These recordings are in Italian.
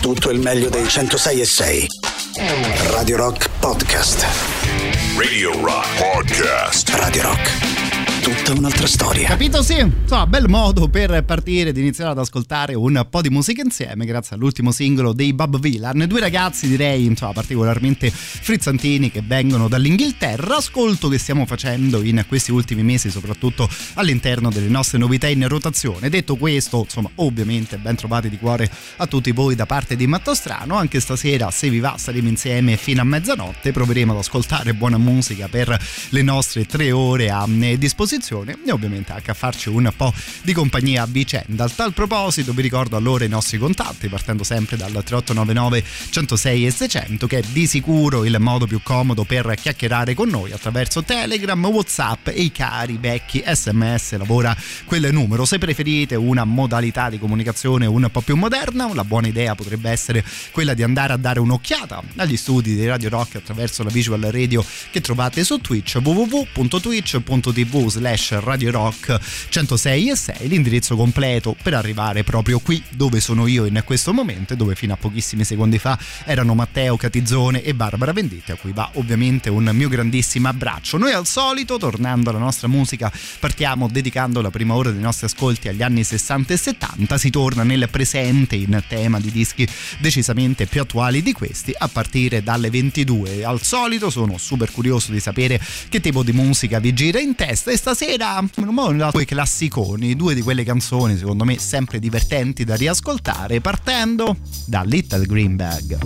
tutto il meglio dei 106.6. Radio Rock Podcast. Radio Rock Podcast. Radio Rock. Tutta un'altra storia. Capito? Sì, insomma, bel modo per partire ed iniziare ad ascoltare un po' di musica insieme grazie all'ultimo singolo dei Bob Vylan, due ragazzi direi insomma particolarmente frizzantini che vengono dall'Inghilterra, ascolto che stiamo facendo in questi ultimi mesi soprattutto all'interno delle nostre novità in rotazione. Detto questo, insomma, ovviamente ben trovati di cuore a tutti voi da parte di Mattostrano. Anche stasera, se vi va, saremo insieme fino a mezzanotte, proveremo ad ascoltare buona musica per le nostre 3 ore a disposizione e ovviamente anche a farci un po' di compagnia a vicenda. A tal proposito vi ricordo allora i nostri contatti, partendo sempre dal 3899 106 e 600, che è di sicuro il modo più comodo per chiacchierare con noi attraverso Telegram, WhatsApp e i cari vecchi SMS. Lavora quel numero. Se preferite una modalità di comunicazione un po' più moderna, la buona idea potrebbe essere quella di andare a dare un'occhiata agli studi di Radio Rock attraverso la visual radio che trovate su Twitch, www.twitch.tv/Radio Rock 106 e 6, l'indirizzo completo per arrivare proprio qui dove sono io in questo momento e dove fino a pochissimi secondi fa erano Matteo Catizzone e Barbara Venditti, a cui va ovviamente un mio grandissimo abbraccio. Noi al solito, tornando alla nostra musica, partiamo dedicando la prima ora dei nostri ascolti agli anni 60 e 70, si torna nel presente in tema di dischi decisamente più attuali di questi a partire dalle 22. Al solito sono super curioso di sapere che tipo di musica vi gira in testa e stasera due classiconi, 2 di quelle canzoni secondo me sempre divertenti da riascoltare, partendo da Little Green Bag.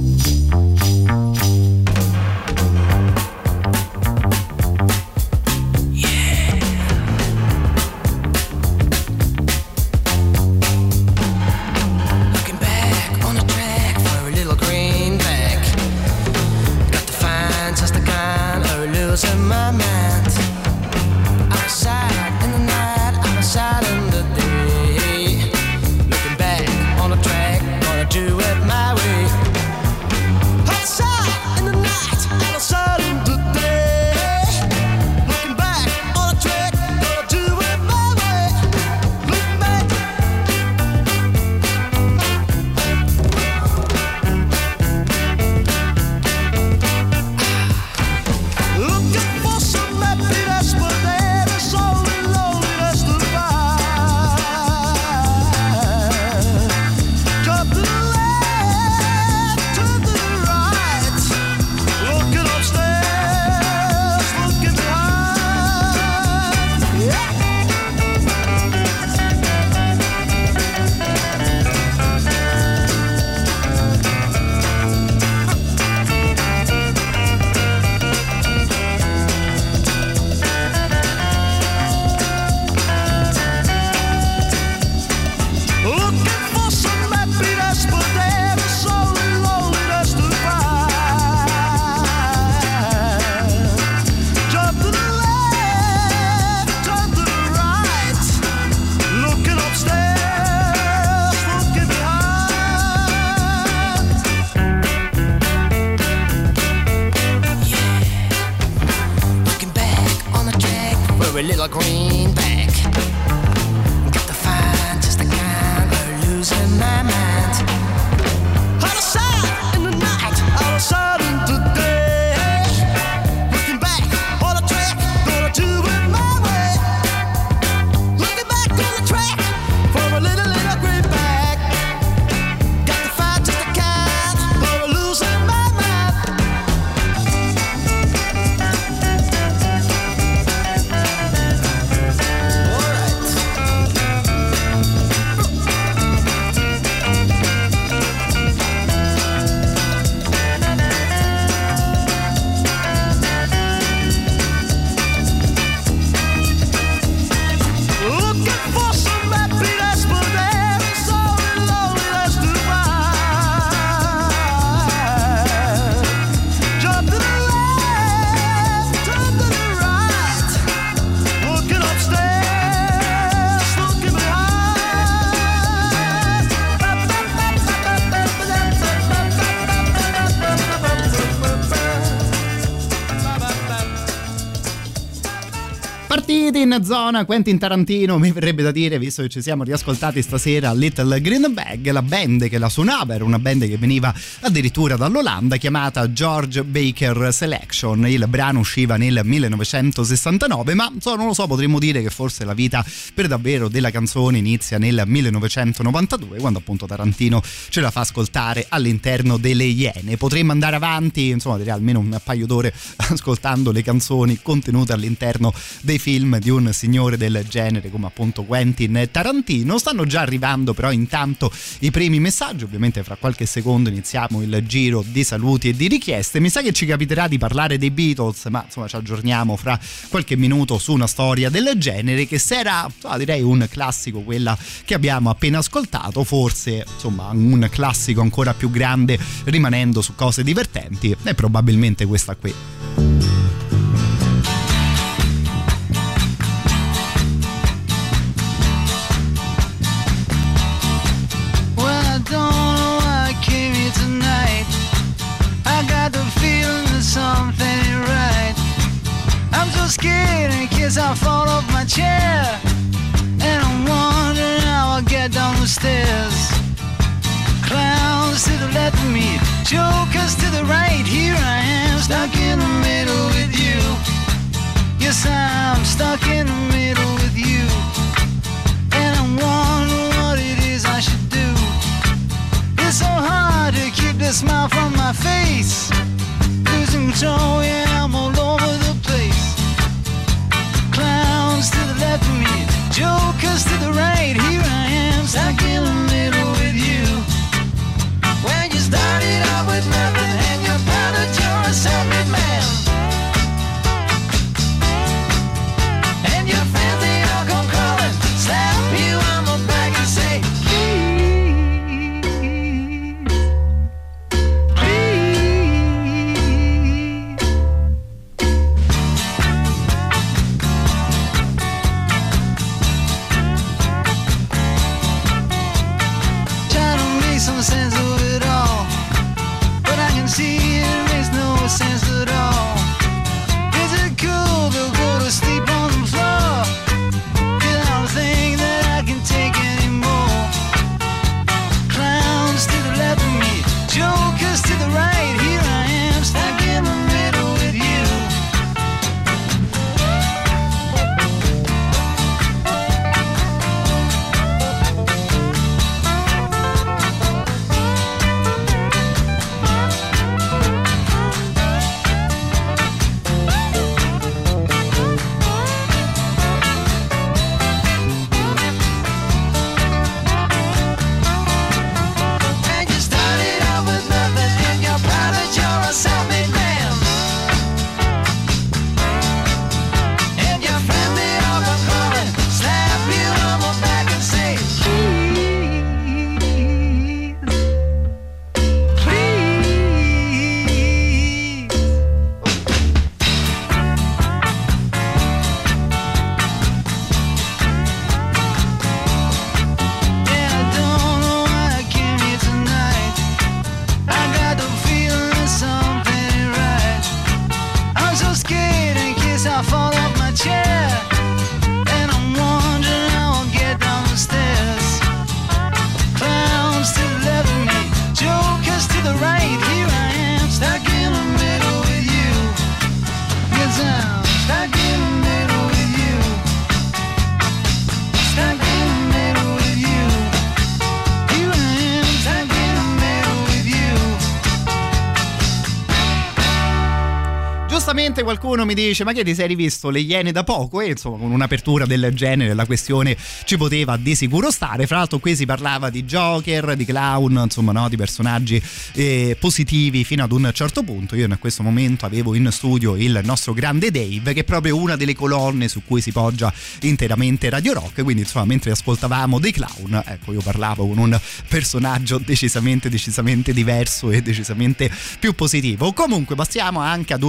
In my mind, outside in the night, outside in the day. Looking back on the track, gonna do it my way. Outside in the night, outside in the day. Looking back on the track, gonna do it my way. Looking back. Looking for some happiness, but there is only loneliness to find. Jump to the left, turn to the right. Looking upstairs, looking behind. Yeah. Looking for some happiness, but there is only loneliness to find. Jump to the left, turn to the right. Looking upstairs, looking behind. Yeah. Looking back on the track for a little greenback. Got to find just the kind of losing my mind. Outside in the night, outside in the day. Looking back on the track, gonna do it my way. Looking back on the track for a little greenback. Got to find just the kind for losing my mind. Partiti in zona Quentin Tarantino, mi verrebbe da dire, visto che ci siamo riascoltati stasera Little Green Bag, la band che la suonava era una band che veniva addirittura dall'Olanda, chiamata George Baker Selection. Il brano usciva nel 1969, ma non lo so, potremmo dire che forse la vita per davvero della canzone inizia nel 1992, quando appunto Tarantino ce la fa ascoltare all'interno delle Iene. Potremmo andare avanti, insomma, direi almeno un paio d'ore ascoltando le canzoni contenute all'interno dei film di un signore del genere come appunto Quentin Tarantino. Stanno già arrivando però intanto i primi messaggi, ovviamente fra qualche secondo iniziamo il giro di saluti e di richieste. Mi sa che ci capiterà di parlare dei Beatles, ma insomma ci aggiorniamo fra qualche minuto su una storia del genere, che se era direi un classico quella che abbiamo appena ascoltato, forse insomma un classico ancora più grande rimanendo su cose divertenti è probabilmente questa qui. Something ain't right. I'm so scared in case I fall off my chair, and I'm wondering how I'll get down the stairs. Clowns to the left of me, jokers to the right. Here I am, stuck in the middle with you. Yes, I'm stuck in the middle with you, and I'm wondering what it is I should do. It's so hard to keep the smile from my face. Losing control, yeah, I'm all over the place. Clowns to the left of me, jokers to the right. Here I am, stuck in the middle with you. When you started out with nothing and you're proud that you're a self-made man, and your friends, they all come crawling, slap you on the back and say, some sense of it all, but I can see it makes no sense at all. Is it cool to go to sleep on the floor? Cause I don't think that I can take anymore. Clowns to the left of me, jokers to the right. Here I am, stuck in the middle with you. Self-made man, and your friend, they all come calling, slap you on the back and say, please, please. Yeah, I don't know why I came here tonight. I got the feeling something ain't right. I'm so scared in case I fall off my chair, and I'm wondering how I'll get down the stairs. Clowns to the left of me, jokers to the right. Here I am, stuck in the middle with you. Yes, I'm stuck in the middle with you. Stuck in the middle with you. Here I am, stuck in the middle with you. Giustamente qualcuno mi dice: ma che ti sei rivisto le Iene da poco? E insomma, con un'apertura del genere la questione ci poteva di sicuro stare. Fra l'altro qui si parlava di Joker, di clown, insomma, no, di personaggi positivi fino ad un certo punto. Io in questo momento avevo in studio il nostro grande Dave, che è proprio una delle colonne su cui si poggia interamente Radio Rock, quindi insomma mentre ascoltavamo dei clown, ecco, io parlavo con un personaggio decisamente diverso e decisamente più positivo. Comunque passiamo anche ad un po' di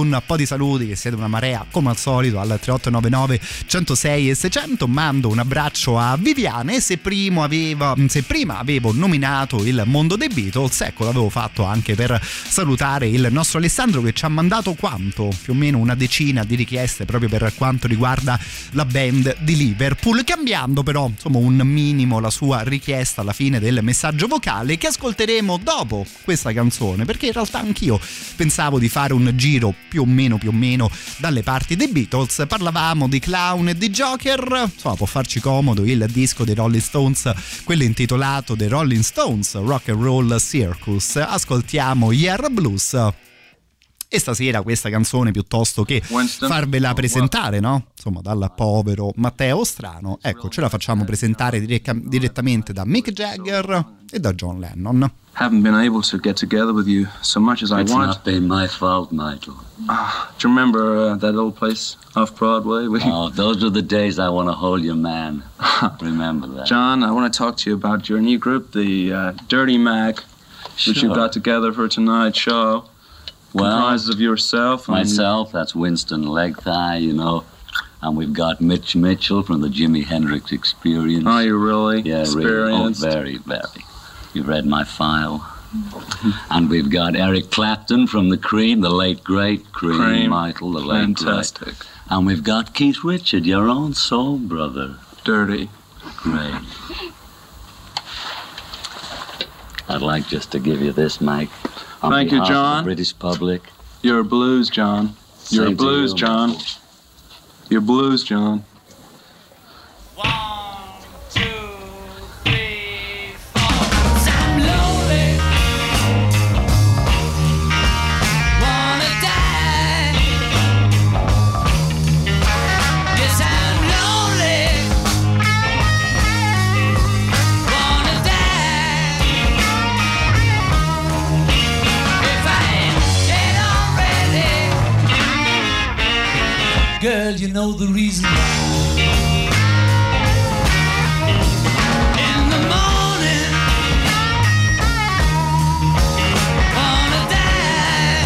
saluti, che siete una marea come al solito, al 3899 106 e 600. Mando un abbraccio a Viviane. Se prima avevo nominato il mondo dei Beatles, ecco, l'avevo fatto anche per salutare il nostro Alessandro, che ci ha mandato quanto? Più o meno una decina di richieste proprio per quanto riguarda la band di Liverpool, cambiando però insomma un minimo la sua richiesta alla fine del messaggio vocale, che ascolteremo dopo questa canzone, perché in realtà anch'io pensavo di fare un giro più o meno dalle parti dei Beatles. Parlavamo di Clown e di Joker, insomma può farci comodo il disco dei Rolling Stones, quello intitolato The Rolling Stones Rock and Roll Circus. Ascoltiamo Yeah Blues. E stasera questa canzone, piuttosto che farvela presentare, no? Insomma, dal povero Matteo Strano, ecco, ce la facciamo presentare direttamente da Mick Jagger e da John Lennon. Haven't been able to get together with you so much as I It's wanted. not been my fault, Michael. Do you remember that old place off Broadway? Oh, those are the days I want to hold you, man. Remember that. John, I want to talk to you about your new group, the Dirty Mac, which you've got together for tonight's show. Comprises of yourself and myself, that's Winston Legthigh, you know, and we've got Mitch Mitchell from the Jimi Hendrix Experience. Oh, you really? Yeah, experienced? Really. Oh, very. You've read my file. And we've got Eric Clapton from the Cream, the late great Cream, Michael, the late fantastic. Great. And we've got Keith Richard, your own soul brother. Dirty. Great. I'd like just to give you this, Mike. Thank you, John. The British public. You're a blues, John. You're a blues, John. You're blues, John. 1, 2, 3, 4. 'Cause I'm lonely. Wanna die. Yes, I'm lonely. Wanna die. If I ain't dead already. Girl, you know the reason why. In the morning, wanna die.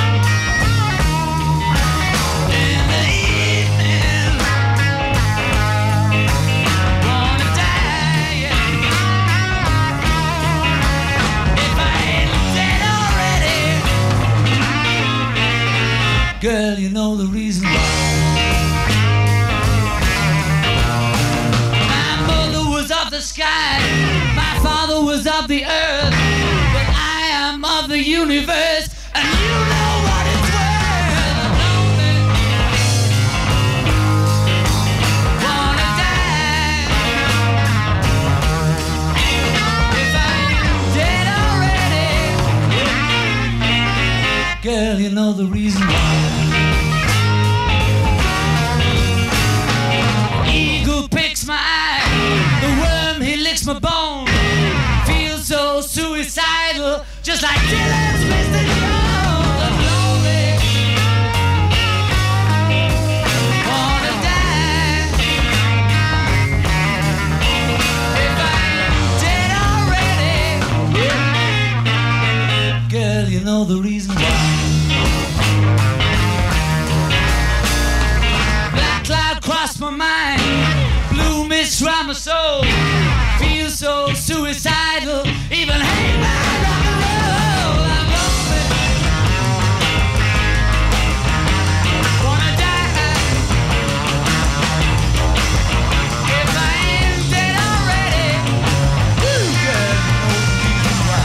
In the evening, wanna die. If I ain't dead already. Girl, you know the reason why. The sky, my father was of the earth, but I am of the universe, and you know what it's worth. I'm lonely. Wanna die. If I ain't dead already. Girl, you know the reason why. Eagle picks my eye, the worm he licks my bone. Feel so suicidal, just like Dylan's Mr. Jones. I'm lonely. Wanna die. If I ain't dead already. Girl, you know the reason why. Black cloud crossed my mind, blue mist round my soul. Feel so suicidal, even hate my rock and roll. I'm lonely. Wanna die. If I ain't dead already. Woo, girl, you know the reason why.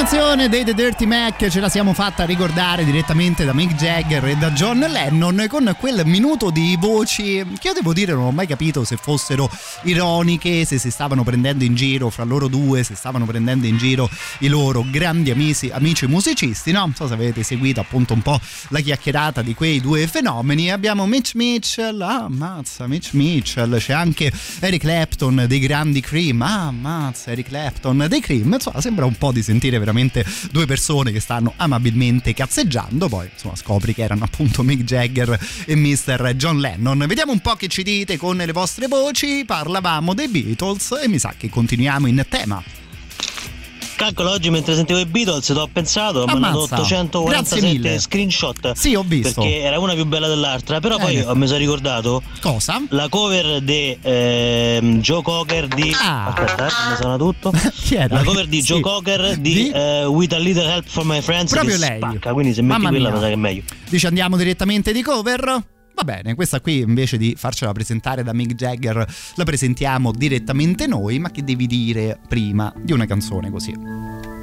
Formazione dei The Dirty Mac ce la siamo fatta ricordare direttamente da Mick Jagger e da John Lennon, con quel minuto di voci che io devo dire non ho mai capito se fossero ironiche, se si stavano prendendo in giro fra loro due, se stavano prendendo in giro i loro grandi amici musicisti, no? Non so se avete seguito appunto un po' la chiacchierata di quei due fenomeni. Abbiamo Mitch Mitchell, Mitch Mitchell, c'è anche Eric Clapton dei grandi Cream, Eric Clapton dei Cream, insomma sembra un po' di sentire veramente due persone che stanno amabilmente cazzeggiando, poi insomma scopri che erano appunto Mick Jagger e Mr. John Lennon. Vediamo un po' che ci dite con le vostre voci. Parlavamo dei Beatles e mi sa che continuiamo in tema. Calcolo, oggi mentre sentivo i Beatles ho pensato, mi hanno dato 847 screenshot. Sì, ho visto. Perché era una più bella dell'altra. Però poi mi sono ricordato cosa? La cover di Joe Cocker di aspetta, mi suona tutto. Chi era? La cover di Joe Cocker di With a Little Help from My Friends. Proprio che lei spacca, quindi se metti quella mi sa che è meglio. Dice andiamo direttamente di cover? Va bene, questa qui invece di farcela presentare da Mick Jagger la presentiamo direttamente noi, ma che devi dire prima di una canzone così?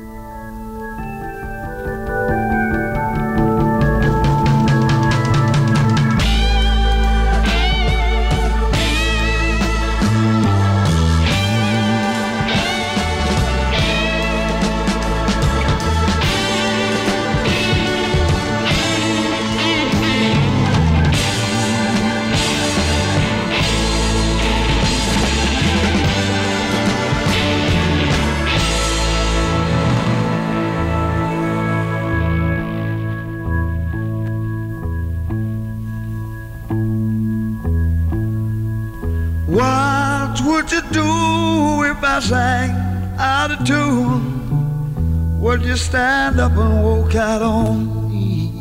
What would you do if I sang out of tune? Would you stand up and walk out on me?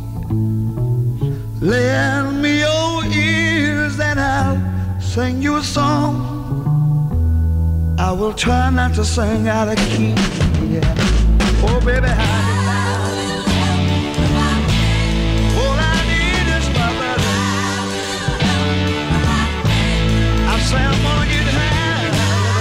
Lend me your ears and I'll sing you a song. I will try not to sing out of key. Yeah. Oh baby, how say I'm gonna get high.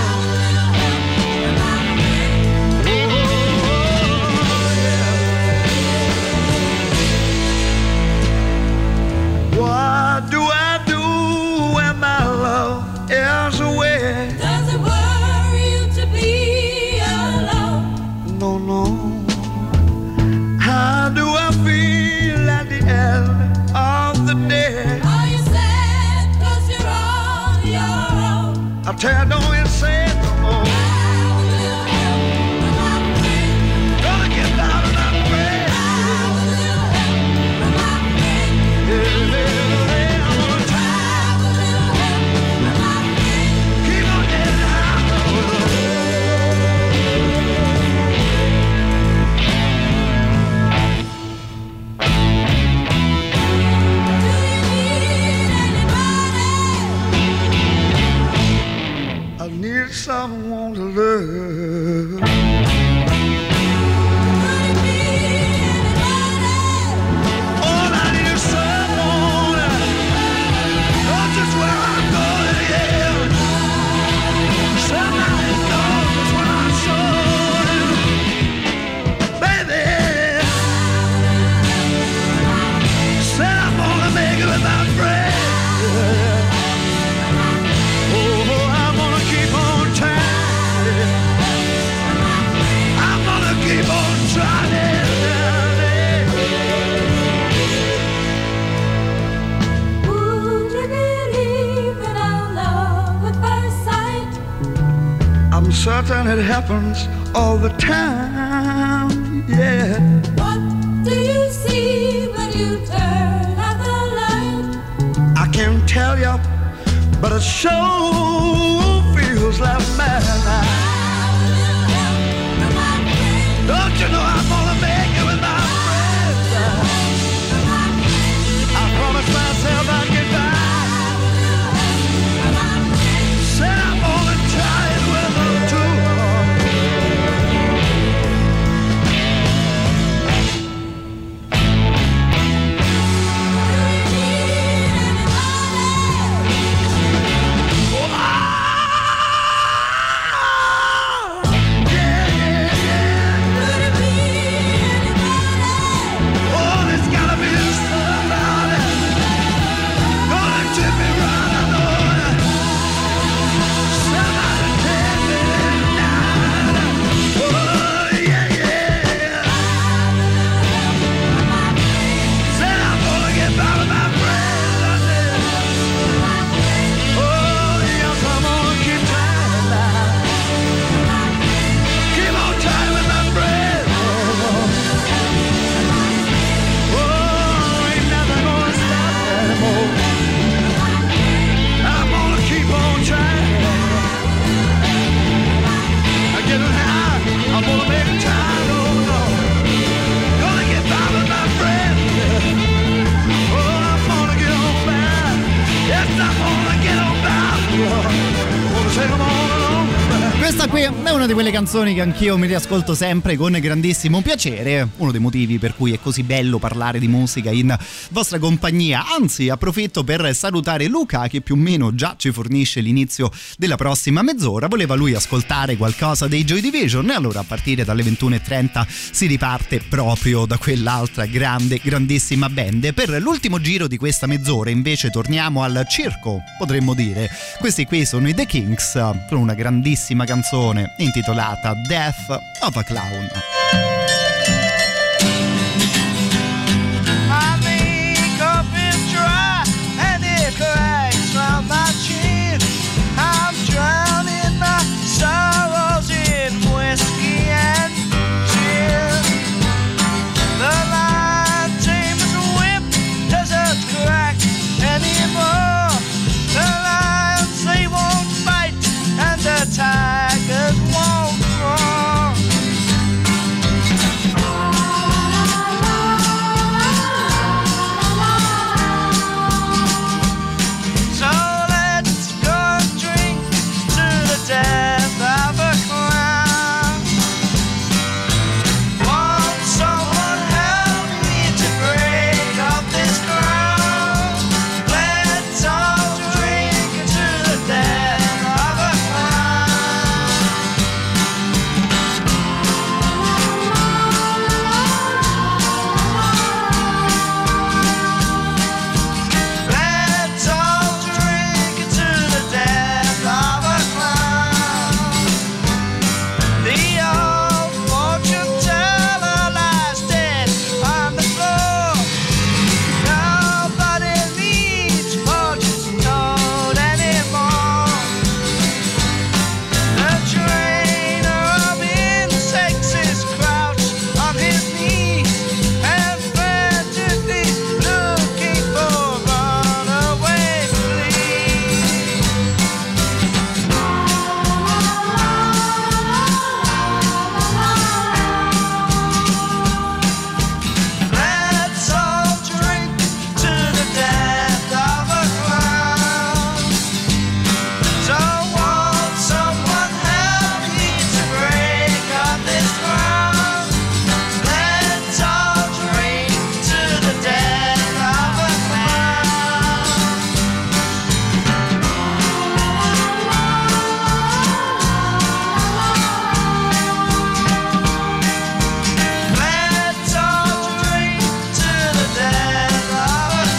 What do I do when my love is away? Does it worry you to be alone? No, no. How do I feel at the end of the day? Are you sad 'cause you're on your own? I tell you, don't you say it no more. Gonna get down and I'm afraid. I'm gonna try. Keep on getting I need someone to love. All I need is someone. Not just where I'm going, yeah. Somebody knows just where I'm going. Baby, said I'm gonna make it without bread. Keep on trying. Would you believe in our love at first sight? I'm certain it happens all the time, yeah. What do you see when you turn out the light? I can't tell you, but it sure feels like madness. Don't you know I'm gonna make it with my friends? I promised myself I'd get by. Said I'm gonna try it with them too. Could it be qui è una di quelle canzoni che anch'io mi riascolto sempre con grandissimo piacere, uno dei motivi per cui è così bello parlare di musica in vostra compagnia. Anzi, approfitto per salutare Luca, che più o meno già ci fornisce l'inizio della prossima mezz'ora. Voleva lui ascoltare qualcosa dei Joy Division e allora a partire dalle 21:30 si riparte proprio da quell'altra grandissima band. Per l'ultimo giro di questa mezz'ora invece torniamo al circo, potremmo dire. Questi qui sono i The Kinks con una grandissima canzone intitolata Death of a Clown. My makeup is dry and it cracks from my chin. I'm drowning my sorrows in whiskey and gin. The light tamer's whip doesn't crack anymore. The lions, they won't fight and the tigers won't roar. So let's go and drink to the death of a clown. Won't someone help me to break up this crowd? Let's all drink to the death of a clown. Let's all drink to the death of a clown. The old fortune teller lies dead on the floor. Nobody needs fortune told anymore. The trainer of insects is crouched on his knees and frantically looking for runaway fleas. Let's all drink to the death of a clown. So won't someone help me to break up this crowd? Let's all drink to the death of a clown. Let's all drink to the death of a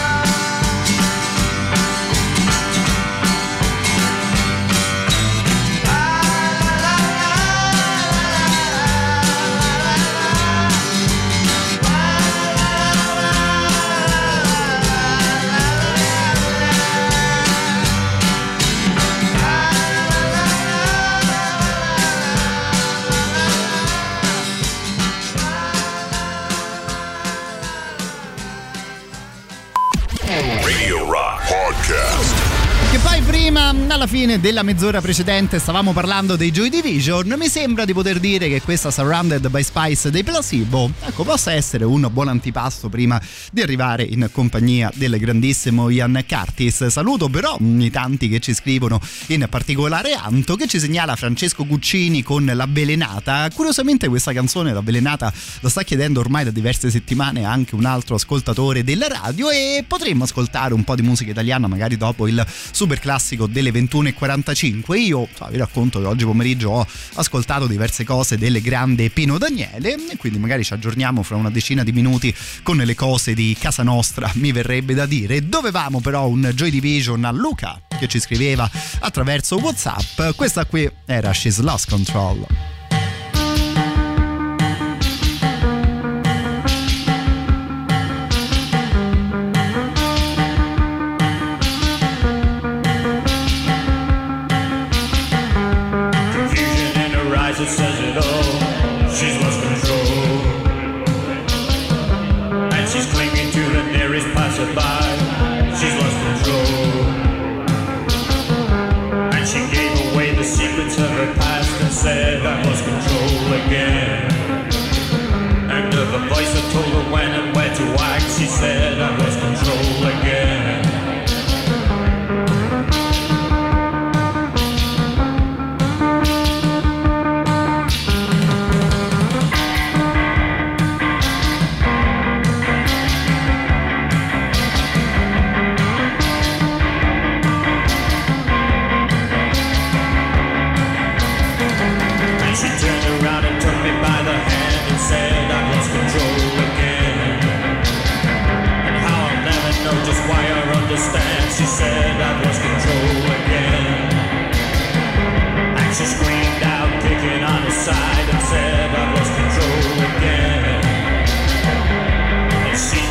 Radio Rock Podcast. Che poi prima, alla fine della mezz'ora precedente, stavamo parlando dei Joy Division. Mi sembra di poter dire che questa Surrounded by Spice dei Placebo, ecco, possa essere un buon antipasto prima di arrivare in compagnia del grandissimo Ian Curtis. Saluto però i tanti che ci scrivono, in particolare Anto, che ci segnala Francesco Guccini con L'Avvelenata. Curiosamente questa canzone, L'Avvelenata, la sta chiedendo ormai da diverse settimane anche un altro ascoltatore della radio, e potremmo ascoltare un po' di musica italiana magari dopo il super classico delle 21:45. Io vi racconto che oggi pomeriggio ho ascoltato diverse cose del grande Pino Daniele e quindi magari ci aggiorniamo fra una decina di minuti con le cose di casa nostra, mi verrebbe da dire. Dovevamo però un Joy Division a Luca, che ci scriveva attraverso WhatsApp. Questa qui era She's Lost Control. It says it all. She's lost control, and she's clinging to the nearest passerby. She's lost control, and she gave away the secrets of her past and said, I lost control again. And of a voice that told her when and where to act, she said, I lost control again.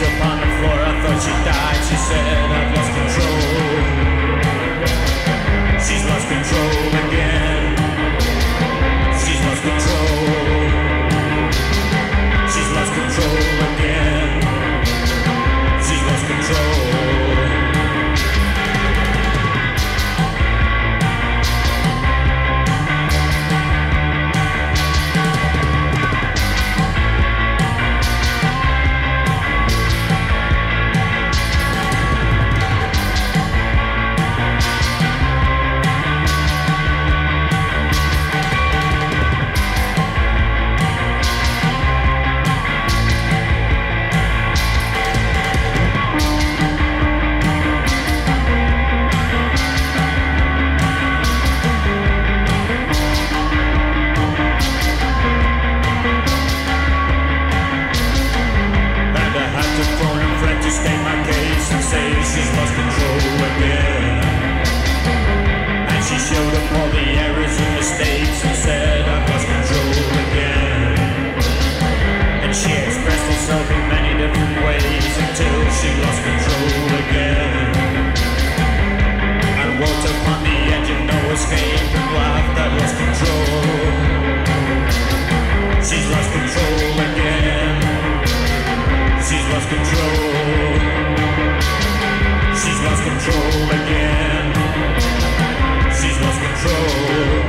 upon the floor, I thought she died. She said, I've lost control. She's lost control again. She's lost control. She's lost control again. She's lost control. She's lost control again. And she showed up all the errors and mistakes and said, I've lost control again. And she expressed herself in many different ways until she lost control again. And walked upon the edge of no escape and laughed, I've lost control. She's lost control again. She's lost control. She's lost control again. She's lost control.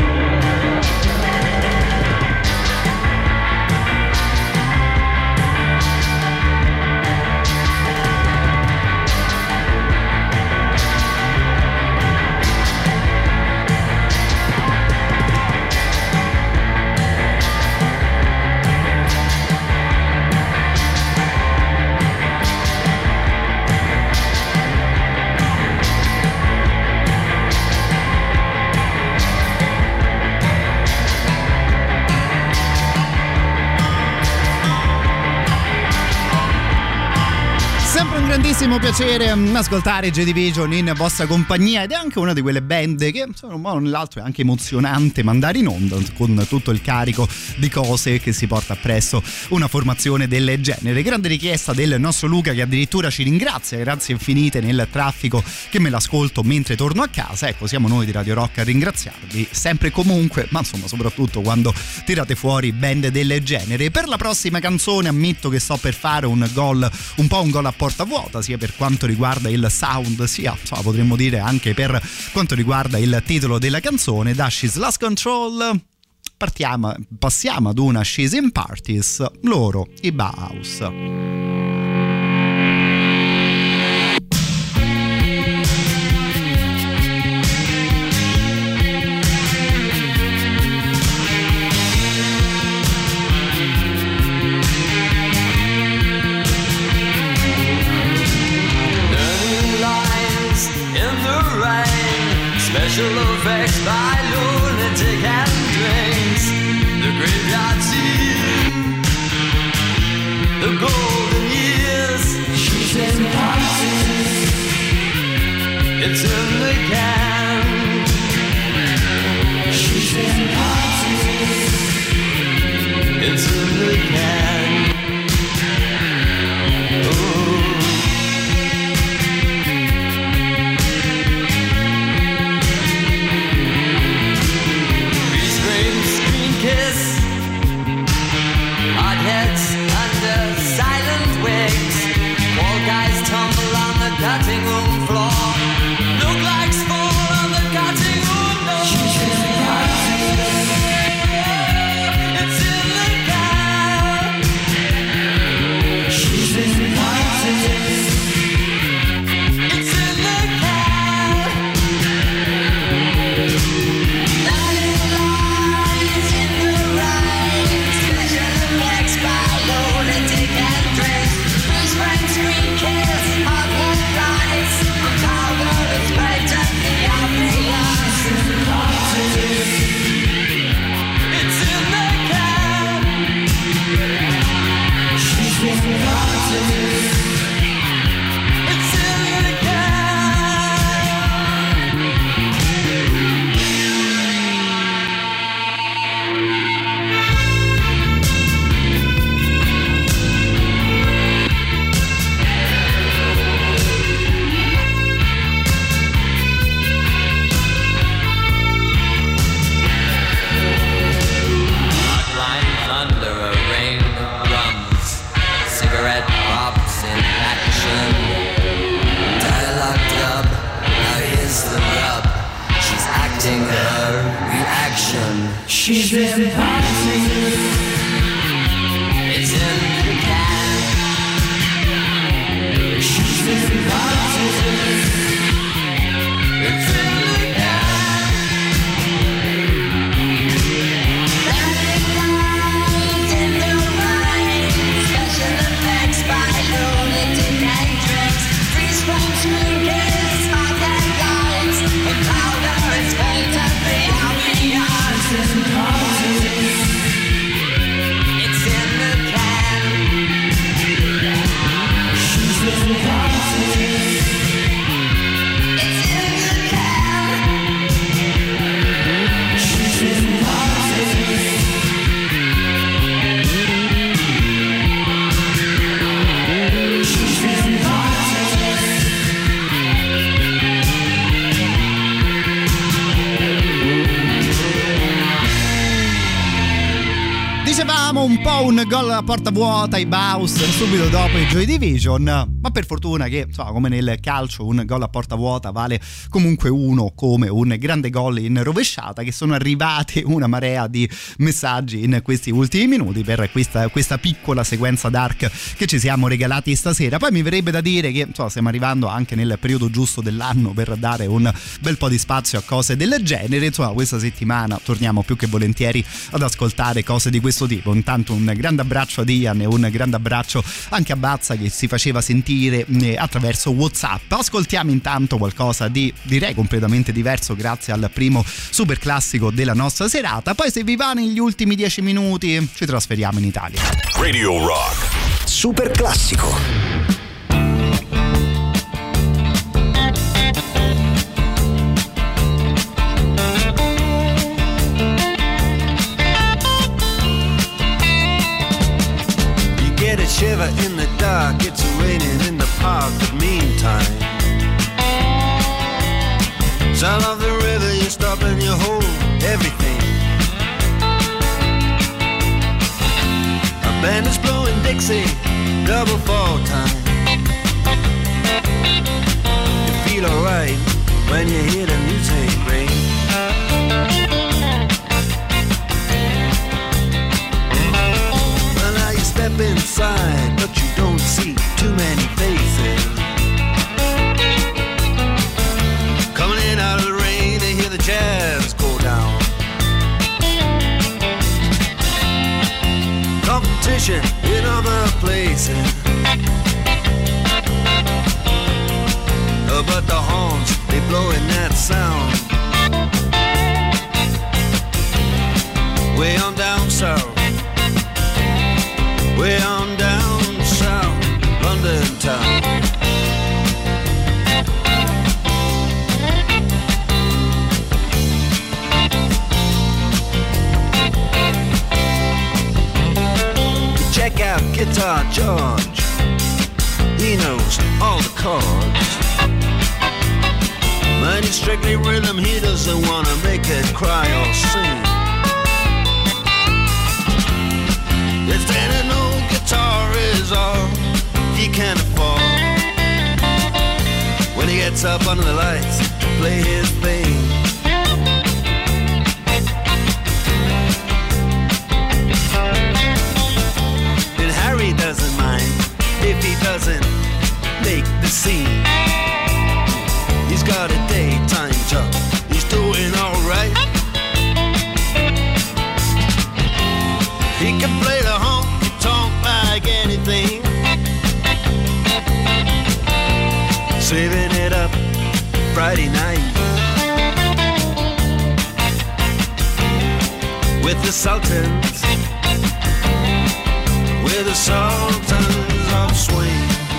Grandissimo piacere ascoltare Joy Division in vostra compagnia, ed è anche una di quelle band che insomma, un modo o nell'altro è anche emozionante mandare in onda con tutto il carico di cose che si porta appresso una formazione del genere. Grande richiesta del nostro Luca, che addirittura ci ringrazia, grazie infinite nel traffico, che me l'ascolto mentre torno a casa. Ecco, siamo noi di Radio Rock a ringraziarvi sempre e comunque, ma insomma soprattutto quando tirate fuori band del genere. Per la prossima canzone ammetto che sto per fare un gol a porta vuota, sia per quanto riguarda il sound, sia insomma, potremmo dire anche per quanto riguarda il titolo della canzone. Da She's Lost Control passiamo ad una She's in Parties, loro i Bauhaus. Special effects by lunatic and drinks. The graveyard scene, the golden years. She's in parties. It's in the can. She's in parties. It's in the can. Oh. Kiss, hard heads under silent wigs. All guys tumble on the cutting room floor. Look like fall on the cutting room floor. She's in parties. in action. Dialogue dub, now here's the rub. She's acting her reaction. She's been partying. It's in the can. She's been partying. It's in the can. Landing lines in the mind. Special effects by lunatic entrance. Freeze from screen kiss, spark and lights. And powder is paint and the ambiance. It's in the can. She's been partying. It's in the can. She's been partying. She's been partying. Dicevamo un po' un gol a porta vuota ai Baus subito dopo i Joy Division, ma per fortuna che insomma, come nel calcio un gol a porta vuota vale comunque uno come un grande gol in rovesciata, che sono arrivate una marea di messaggi in questi ultimi minuti per questa piccola sequenza dark che ci siamo regalati stasera. Poi mi verrebbe da dire che insomma, stiamo arrivando anche nel periodo giusto dell'anno per dare un bel po' di spazio a cose del genere. Insomma, questa settimana torniamo più che volentieri ad ascoltare cose di questo tipo. Intanto un grande abbraccio ad Ian e un grande abbraccio anche a Bazza che si faceva sentire attraverso WhatsApp. Ascoltiamo intanto qualcosa di, direi, completamente diverso grazie al primo super classico della nostra serata. Poi, se vi va, negli ultimi 10 minuti ci trasferiamo in Italia. Radio Rock Super classico. A shiver in the dark, it's raining in the park, but meantime sound of the river, you stop and you hold everything. A band is blowing Dixie, double fall time. You feel alright when you hear the music ring. Step inside, but you don't see too many faces. Coming in out of the rain, they hear the jazz go down. Competition in other places, but the horns, they blowing that sound. Way on down south, way on down south, London town. Check out Guitar George, he knows all the chords. But he's strictly rhythm, he doesn't wanna make it cry or sing. If an old guitar is all he can afford, when he gets up under the lights to play his thing, and Harry doesn't mind if he doesn't make the scene. He's got a daytime job, he's doing alright. He can play the honky-tonk like anything, saving it up Friday night with the Sultans, with the Sultans of Swing.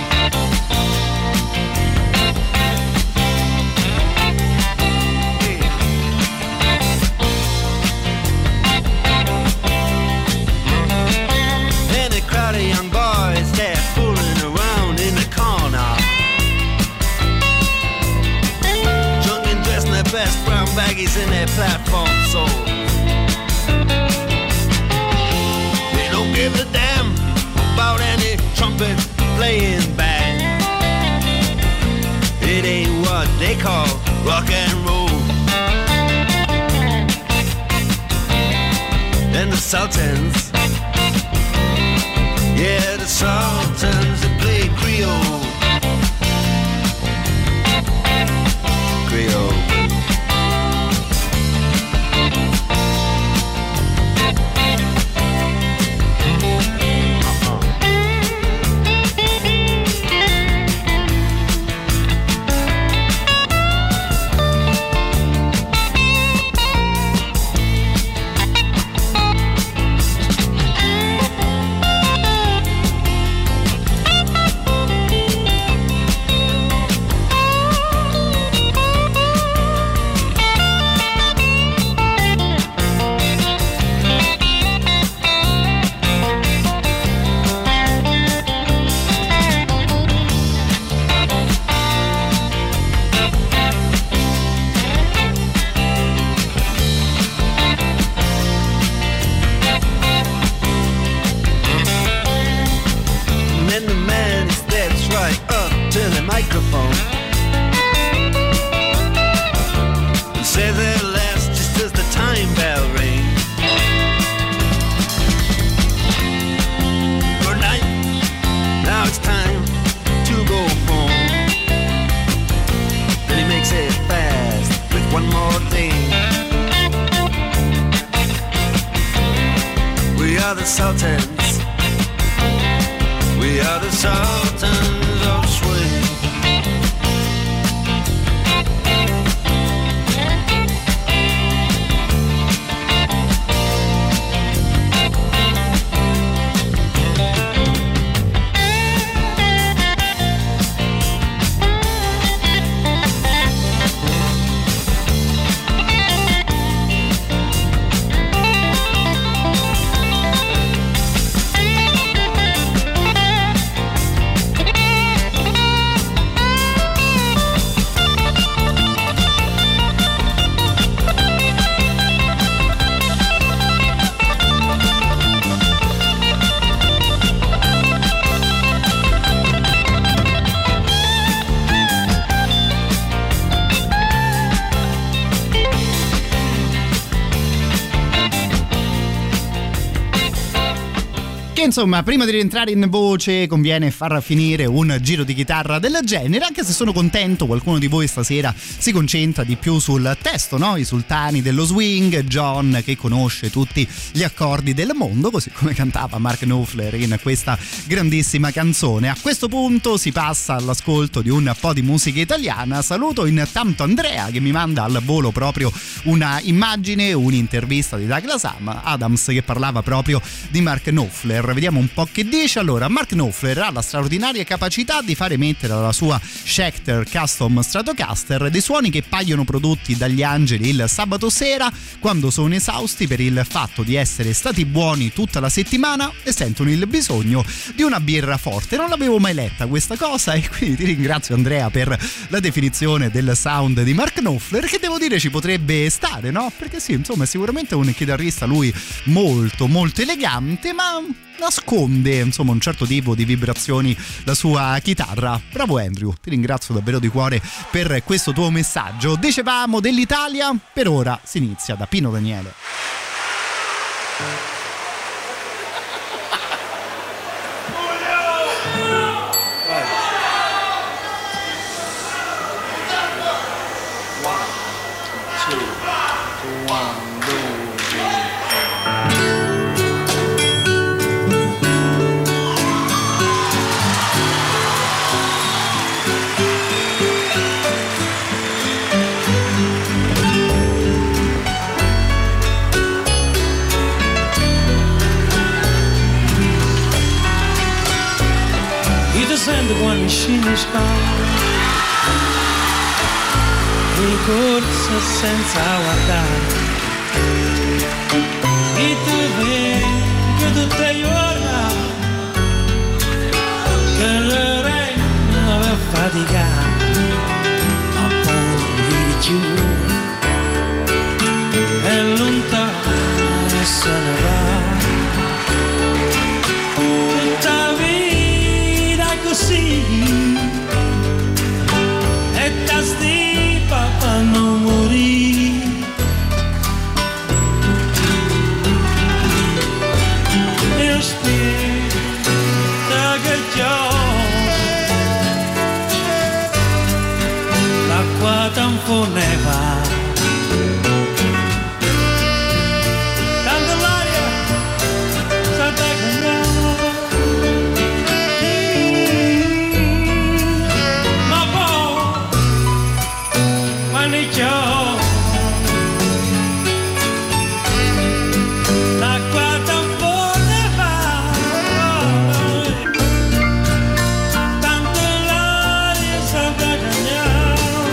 Of young boys, they're fooling around in the corner, drunk and dressed in their best brown baggies in their platform soles. They don't give a damn about any trumpet playing bad. It ain't what they call rock and roll. And the Sultans, yeah, the Sultans, they play Creole. Creole. Insomma, prima di rientrare in voce conviene far finire un giro di chitarra del genere, anche se sono contento qualcuno di voi stasera si concentra di più sul testo, no? I sultani dello swing, John che conosce tutti gli accordi del mondo, così come cantava Mark Knopfler in questa grandissima canzone. A questo punto si passa all'ascolto di un po' di musica italiana. Saluto intanto Andrea che mi manda al volo proprio una immagine, un'intervista di Douglas Adams che parlava proprio di Mark Knopfler. Vediamo un po' che dice. Allora, Mark Knopfler ha la straordinaria capacità di far emettere dalla sua Schecter Custom Stratocaster dei suoni che paiono prodotti dagli angeli il sabato sera quando sono esausti per il fatto di essere stati buoni tutta la settimana e sentono il bisogno di una birra forte. Non l'avevo mai letta questa cosa e quindi ti ringrazio Andrea per la definizione del sound di Mark Knopfler, che devo dire ci potrebbe stare, no? Perché sì, insomma è sicuramente un chitarrista lui molto molto elegante, ma nasconde insomma un certo tipo di vibrazioni la sua chitarra. Bravo Andrew, ti ringrazio davvero di cuore per questo tuo messaggio. Dicevamo dell'Italia, per ora si inizia da Pino Daniele. Sento quando scinisco in corsa senza guardare e tu vedi tutte le ore che le regno aveva faticato a poi giù e lontano se ne va tutta vita poneva. Tanto l'aria Santa cambiava, ma poi manicchio l'acqua tamponeva, tanto l'aria Santa cambiava.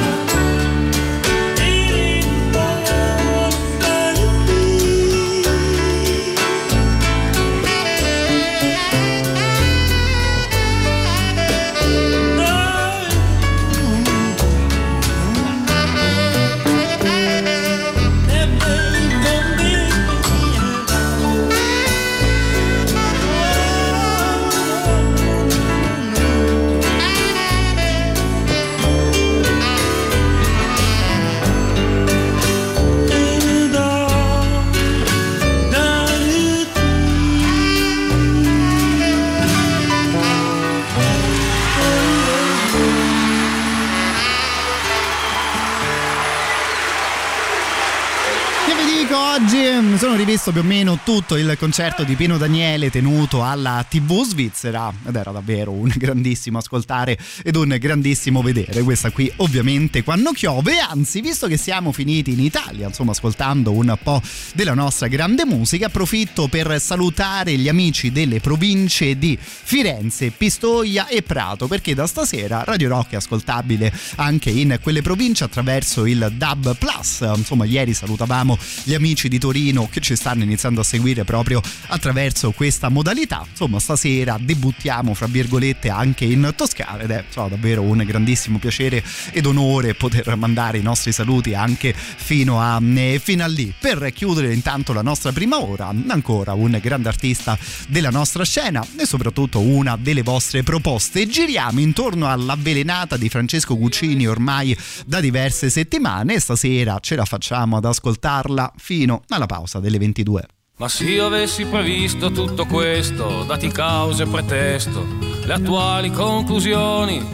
Oggi mi sono rivisto più o meno tutto il concerto di Pino Daniele tenuto alla TV svizzera ed era davvero un grandissimo ascoltare ed un grandissimo vedere. Questa qui ovviamente quando piove, anzi visto che siamo finiti in Italia, insomma ascoltando un po' della nostra grande musica, approfitto per salutare gli amici delle province di Firenze, Pistoia e Prato, perché da stasera Radio Rock è ascoltabile anche in quelle province attraverso il DAB+. Insomma ieri salutavamo gli amici di Torino che ci stanno iniziando a seguire proprio attraverso questa modalità. Insomma stasera debuttiamo fra virgolette anche in Toscana ed è davvero un grandissimo piacere ed onore poter mandare i nostri saluti anche fino a lì. Per chiudere intanto la nostra prima ora, ancora un grande artista della nostra scena e soprattutto una delle vostre proposte. Giriamo intorno all'Avvelenata di Francesco Guccini ormai da diverse settimane e stasera ce la facciamo ad ascoltarla fino alla pausa delle 22. Ma se io avessi previsto tutto questo, dati causa e pretesto, le attuali conclusioni,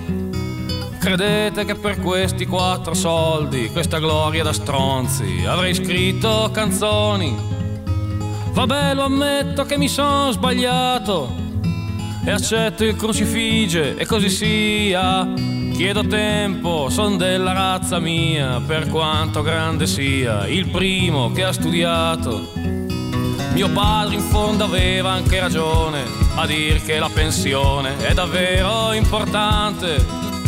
credete che per questi 4 soldi, questa gloria da stronzi, avrei scritto canzoni? Vabbè, lo ammetto che mi sono sbagliato e accetto il crucifige e così sia. Chiedo tempo, son della razza mia, per quanto grande sia, il primo che ha studiato. Mio padre in fondo aveva anche ragione a dir che la pensione è davvero importante.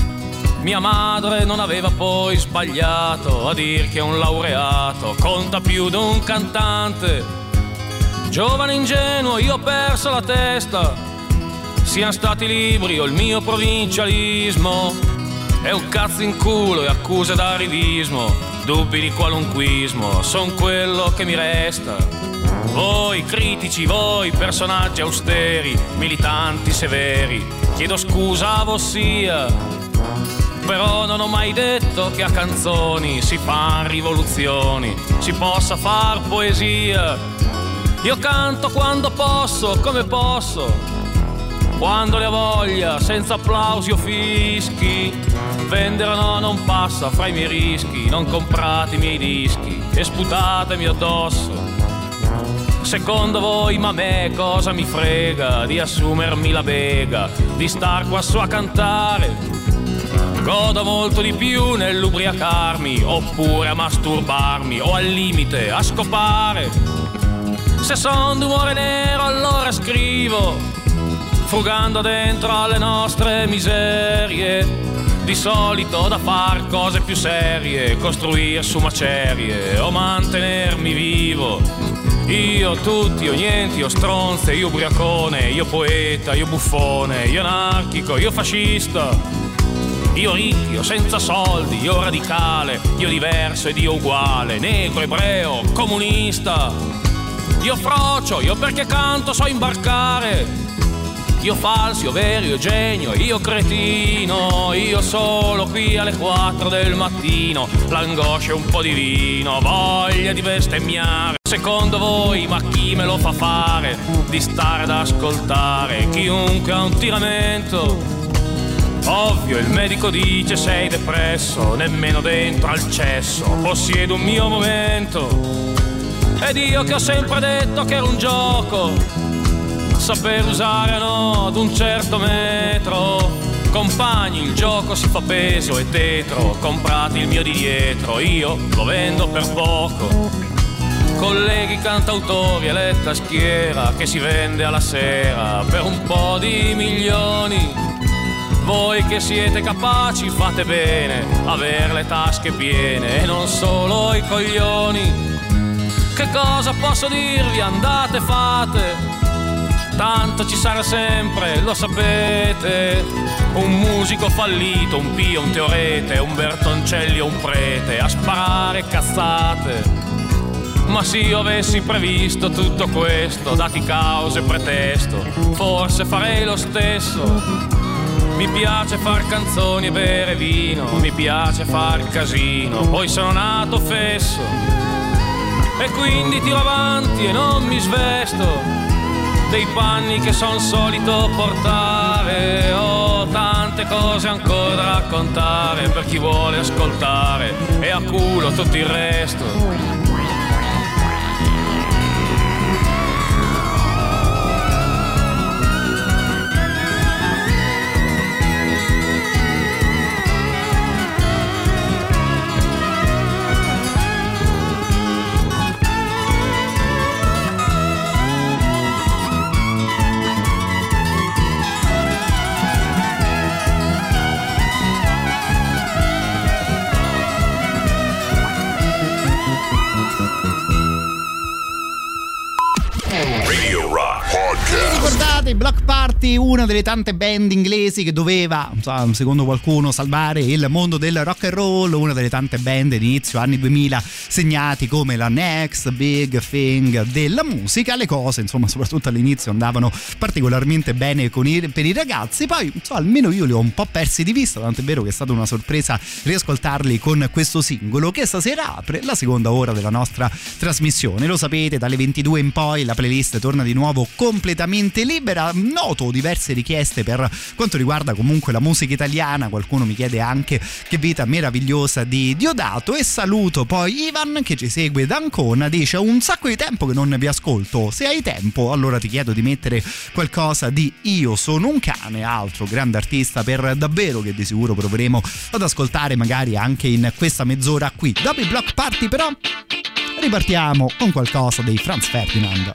Mia madre non aveva poi sbagliato a dir che un laureato conta più di un cantante. Giovane ingenuo io ho perso la testa, siano stati libri o il mio provincialismo. È un cazzo in culo e accuse d'arivismo, dubbi di qualunquismo, son quello che mi resta. Voi critici, voi personaggi austeri, militanti severi, chiedo scusa a vossia, però non ho mai detto che a canzoni si fan rivoluzioni, si possa far poesia. Io canto quando posso, come posso, quando ne ho voglia, senza applausi o fischi. Vendere no, non passa fra i miei rischi, non comprate i miei dischi e sputatemi addosso. Secondo voi, ma a me cosa mi frega di assumermi la bega, di star qua su a cantare? Godo molto di più nell'ubriacarmi, oppure a masturbarmi, o al limite a scopare. Se son d'umore nero allora scrivo, frugando dentro alle nostre miserie. Di solito da far cose più serie, costruire su macerie o mantenermi vivo. Io tutti, io niente, io stronze, io ubriacone, io poeta, io buffone, io anarchico, io fascista. Io ricco, io senza soldi, io radicale, io diverso ed io uguale, negro, ebreo, comunista. Io frocio, io perché canto so imbarcare. Io falso, io vero, io genio, io cretino, io solo qui alle 4 del mattino, l'angoscia e un po' di vino, voglia di bestemmiare. Secondo voi, ma chi me lo fa fare di stare ad ascoltare chiunque ha un tiramento? Ovvio, il medico dice sei depresso, nemmeno dentro al cesso possiedo un mio momento. Ed io che ho sempre detto che era un gioco, saper usare no ad un certo metro. Compagni, il gioco si fa peso e tetro, comprate il mio di dietro, io lo vendo per poco. Colleghi cantautori e letta schiera che si vende alla sera per un po' di milioni. Voi che siete capaci fate bene, aver le tasche piene e non solo i coglioni. Che cosa posso dirvi? Andate fate, tanto ci sarà sempre, lo sapete. Un musico fallito, un Pio, un Teorete, un Bertoncelli o un prete a sparare cazzate. Ma se io avessi previsto tutto questo, dati causa e pretesto, forse farei lo stesso. Mi piace far canzoni e bere vino, mi piace far casino, poi sono nato fesso e quindi tiro avanti e non mi svesto dei panni che son solito portare. Ho tante cose ancora da raccontare per chi vuole ascoltare e a culo tutto il resto. Ricordate Block Party, una delle tante band inglesi che doveva, secondo qualcuno, salvare il mondo del rock and roll, una delle tante band inizio anni 2000 segnati come la next big thing della musica. Le cose, insomma, soprattutto all'inizio andavano particolarmente bene per i ragazzi, poi almeno io li ho un po' persi di vista, tant'è vero che è stata una sorpresa riascoltarli con questo singolo che stasera apre la seconda ora della nostra trasmissione. Lo sapete, dalle 22 in poi la playlist torna di nuovo completamente libera. Noto diverse richieste per quanto riguarda comunque la musica italiana, qualcuno mi chiede anche che vita meravigliosa di Diodato, e saluto poi Ivan che ci segue da Ancona, dice un sacco di tempo che non vi ascolto, se hai tempo allora ti chiedo di mettere qualcosa di Io sono un cane, altro grande artista per davvero che di sicuro proveremo ad ascoltare magari anche in questa mezz'ora qui. Dopo i Block Party però ripartiamo con qualcosa dei Franz Ferdinand.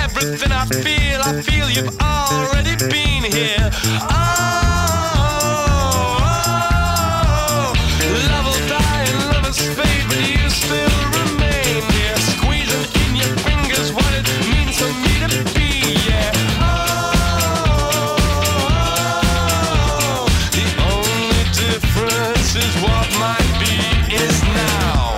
everything I feel you've already been here. Love will die and lovers fade, but you still remain here, squeezing in your fingers what it means for me to be, yeah. The only difference is what might be is now.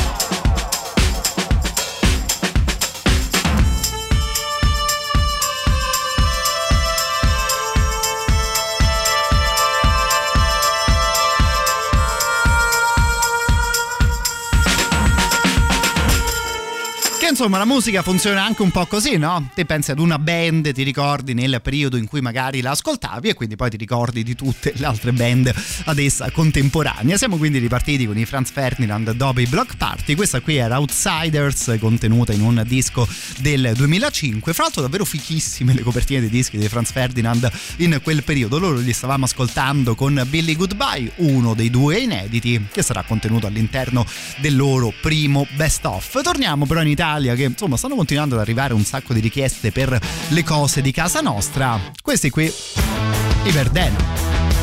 Insomma, la musica funziona anche un po' così, no? Te pensi ad una band, ti ricordi nel periodo in cui magari la ascoltavi e quindi poi ti ricordi di tutte le altre band ad essa contemporanea. Siamo quindi ripartiti con i Franz Ferdinand dopo i Block Party. Questa qui era Outsiders, contenuta in un disco del 2005. Fra l'altro davvero fichissime le copertine dei dischi di Franz Ferdinand in quel periodo. Loro li stavamo ascoltando con Billy Goodbye, uno dei due inediti che sarà contenuto all'interno del loro primo best of. Torniamo però in Italia, che insomma stanno continuando ad arrivare un sacco di richieste per le cose di casa nostra. Questi qui, i Verdena.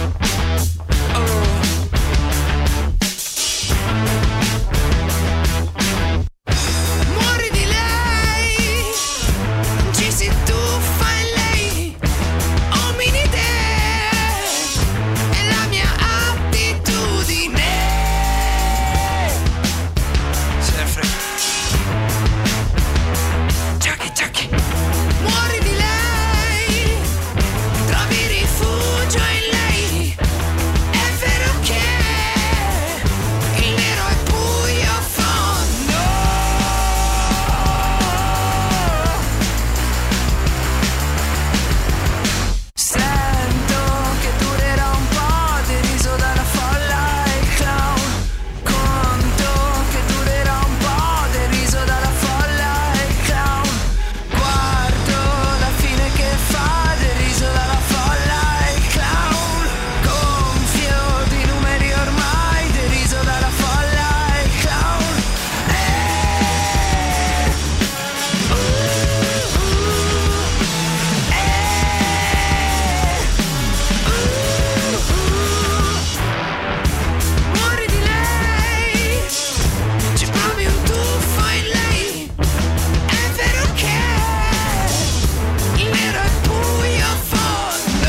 Muori di lei, trovi rifugio in lei. È vero che il nero è buio a fondo. Sento che durerà un po', deriso dalla folla e il clown. Conto che durerà un po', deriso dalla folla e il clown. Guardo la fine che fa, deriso dalla folla e il clown. Gonfio di numeri ormai, deriso dalla folla e il clown. Muori di lei, ci provi un tuffo in lei. È vero che il nero è buio a fondo.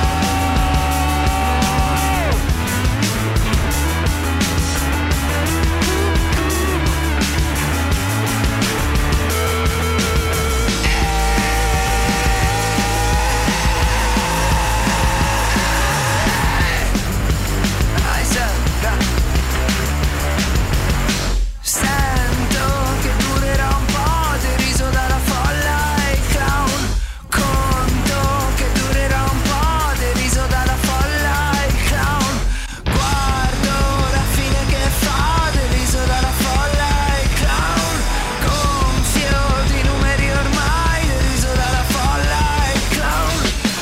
Sento che durerà un po', deriso dalla folla e il clown. Conto che durerà un po', deriso dalla folla e il clown. Guardo la fine che fa, deriso dalla folla e il clown. Gonfio di numeri ormai, deriso dalla folla e il clown.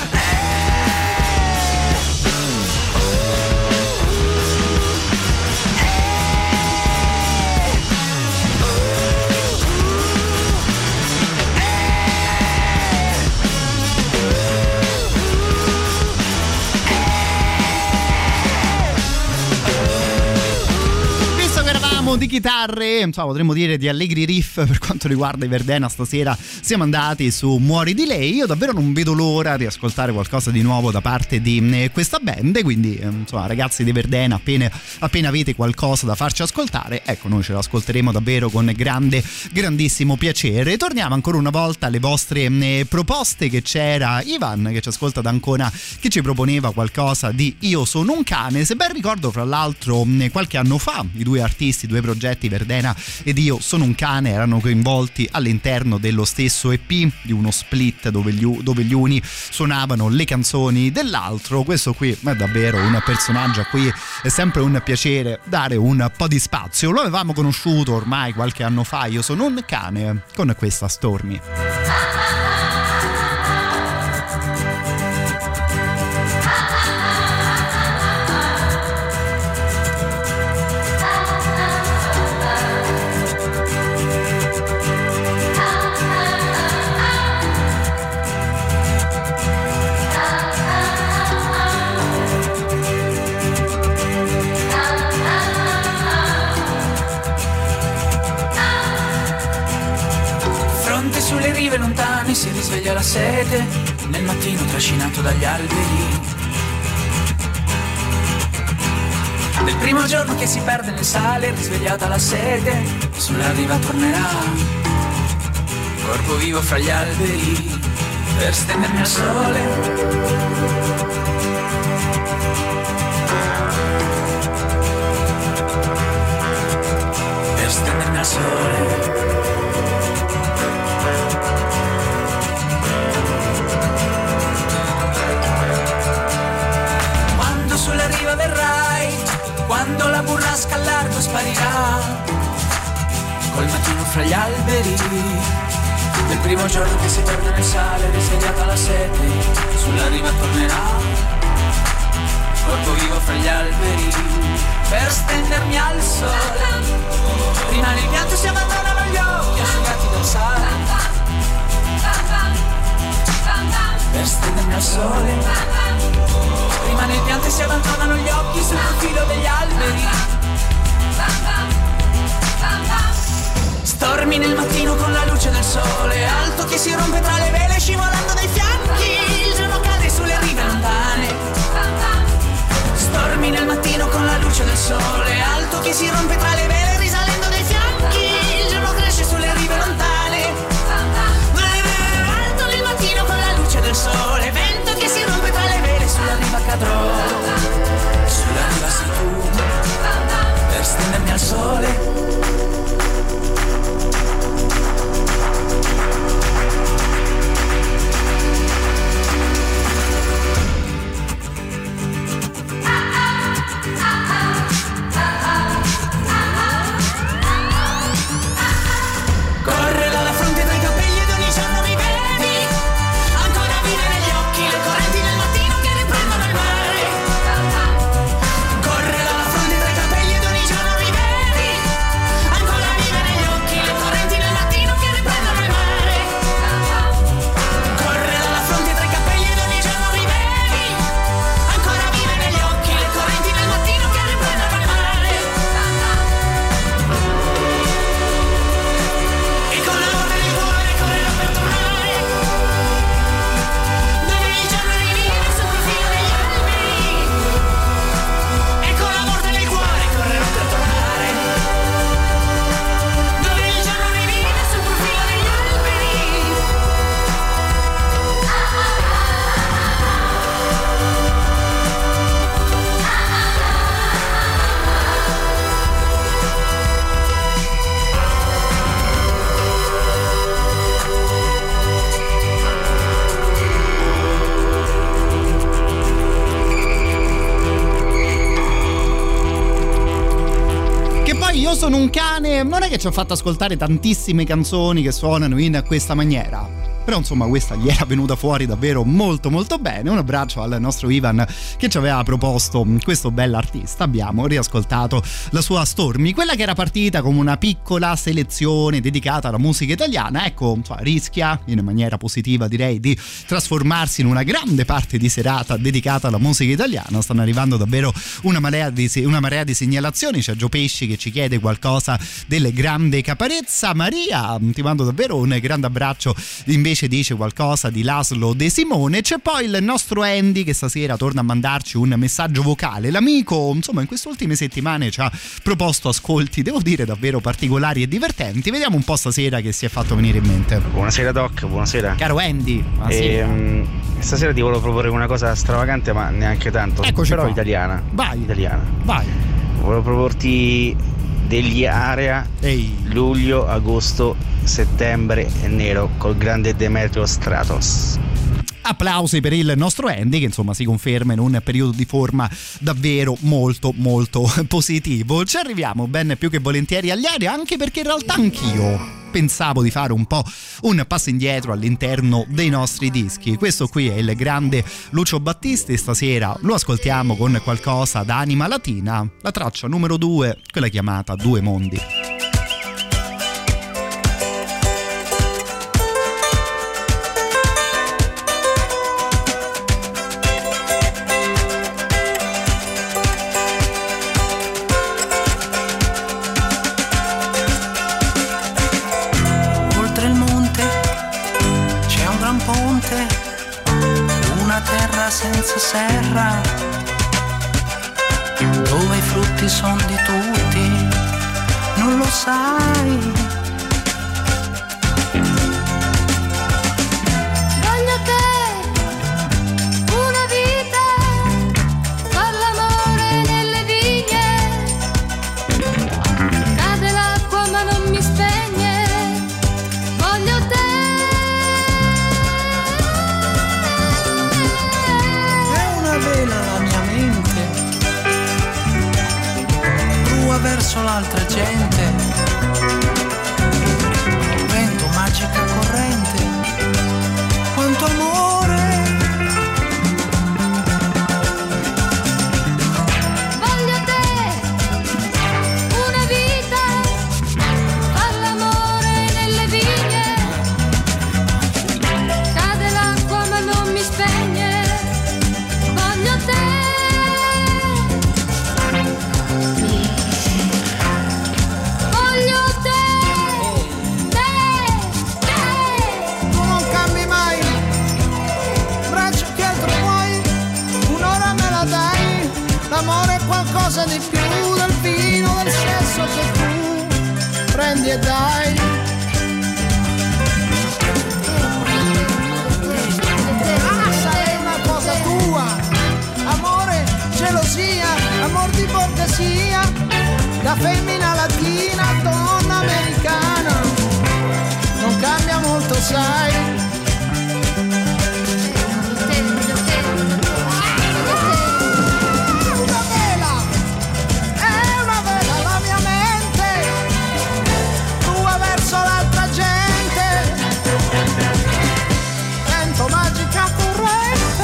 Visto che eravamo di chitarre, insomma, potremmo dire di allegri riff per quanto riguarda i Verdena, stasera siamo andati su Muori di lei. Io davvero non vedo l'ora di ascoltare qualcosa di nuovo da parte di questa band, quindi insomma, ragazzi di Verdena, appena avete qualcosa da farci ascoltare, ecco, noi ce l'ascolteremo davvero con grandissimo piacere. Torniamo ancora una volta alle vostre proposte, che c'era Ivan che ci ascolta da Ancona, che ci proponeva qualcosa di Io sono un cane. Se ben ricordo, fra l'altro, qualche anno fa i due artisti, due progetti, Verdena ed Io sono un cane, erano coinvolti all'interno dello stesso EP, di uno split dove gli uni suonavano le canzoni dell'altro. Questo qui è davvero un personaggio a cui è sempre un piacere dare un po' di spazio. Lo avevamo conosciuto ormai qualche anno fa, Io sono un cane, con questa Stormy. domani si risveglia la sete, nel mattino trascinato dagli alberi. Del primo giorno che si perde nel sale, risvegliata la sete, sulla riva tornerà, corpo vivo fra gli alberi, per stendermi al sole. Per stendermi al sole. Quando sulla riva verrai, quando la burrasca al largo sparirà, col mattino fra gli alberi, del primo giorno che si torna nel sale, risvegliata la sete, sulla riva tornerà, corpo vivo fra gli alberi, per stendermi al sole. Rimane il pianto e si abbandonano gli occhi asciugati dal sale, per stendermi al sole. Rimane il pianto e si abbandonano gli occhi sul profilo degli alberi. Stormi nel mattino con la luce del sole, alto che si rompe tra le vele scivolando dai fianchi, il giorno cade sulle rive lontane. Stormi nel mattino con la luce del sole, alto che si rompe tra le vele risalendo dai fianchi, il giorno cresce sulle rive lontane. Alto nel mattino con la luce del sole, vento che si rompe tra le vele, sulla riva cadrò, sulla riva sei tu, per stendermi al sole. Sono un cane, non è che ci ho fatto ascoltare tantissime canzoni che suonano in questa maniera, però insomma questa gli era venuta fuori davvero molto molto bene. Un abbraccio al nostro Ivan che ci aveva proposto questo bell'artista. Abbiamo riascoltato la sua Stormy, quella che era partita come una piccola selezione dedicata alla musica italiana, ecco, insomma, rischia in maniera positiva direi di trasformarsi in una grande parte di serata dedicata alla musica italiana. Stanno arrivando davvero una marea di segnalazioni. C'è Gio Pesci che ci chiede qualcosa del grande Caparezza. Maria, ti mando davvero un grande abbraccio, invece dice qualcosa di Laszlo De Simone. C'è poi il nostro Andy che stasera torna a mandarci un messaggio vocale. L'amico, insomma, in queste ultime settimane ci ha proposto ascolti, devo dire, davvero particolari e divertenti. Vediamo un po' stasera che si è fatto venire in mente. Buonasera Doc, buonasera. Caro Andy, stasera ti volevo proporre una cosa stravagante ma neanche tanto. Eccoci però qua. Italiana. Vai. Italiana. Vai. Volevo proporti degli Area. Luglio, agosto, settembre e nero col grande Demetrio Stratos. Applausi per il nostro Andy che insomma si conferma in un periodo di forma davvero molto molto positivo. Ci arriviamo ben più che volentieri agli Area, anche perché in realtà anch'io pensavo di fare un po' un passo indietro all'interno dei nostri dischi. Questo qui è il grande Lucio Battisti, stasera lo ascoltiamo con qualcosa da Anima Latina, la traccia numero 2, quella chiamata Due Mondi. Oltre il monte c'è monte, una terra senza serra, dove i frutti sono di tutti, non lo sai. Voglio te, una vita, far l'amore nelle vigne, cade l'acqua ma non mi spegne. Voglio te. È una vela la mia mente, prua verso l'altra gente, vento, magica corrente, quanto amore. Voglio te, una vita, far l'amore nelle vigne, cade l'acqua ma non mi spegne. Voglio te. Voglio te, Tu non cambi mai, braccio che altro vuoi, un'ora me la dai, l'amore è qualcosa di più del vino, del sesso che tu prendi e dai. Asa è una cosa tua, amore, gelosia, amor di borghesia, da femmina latina, donna americana, non cambia molto, sai. È una vela la mia mente, tua verso l'altra gente, vento, magica corrente.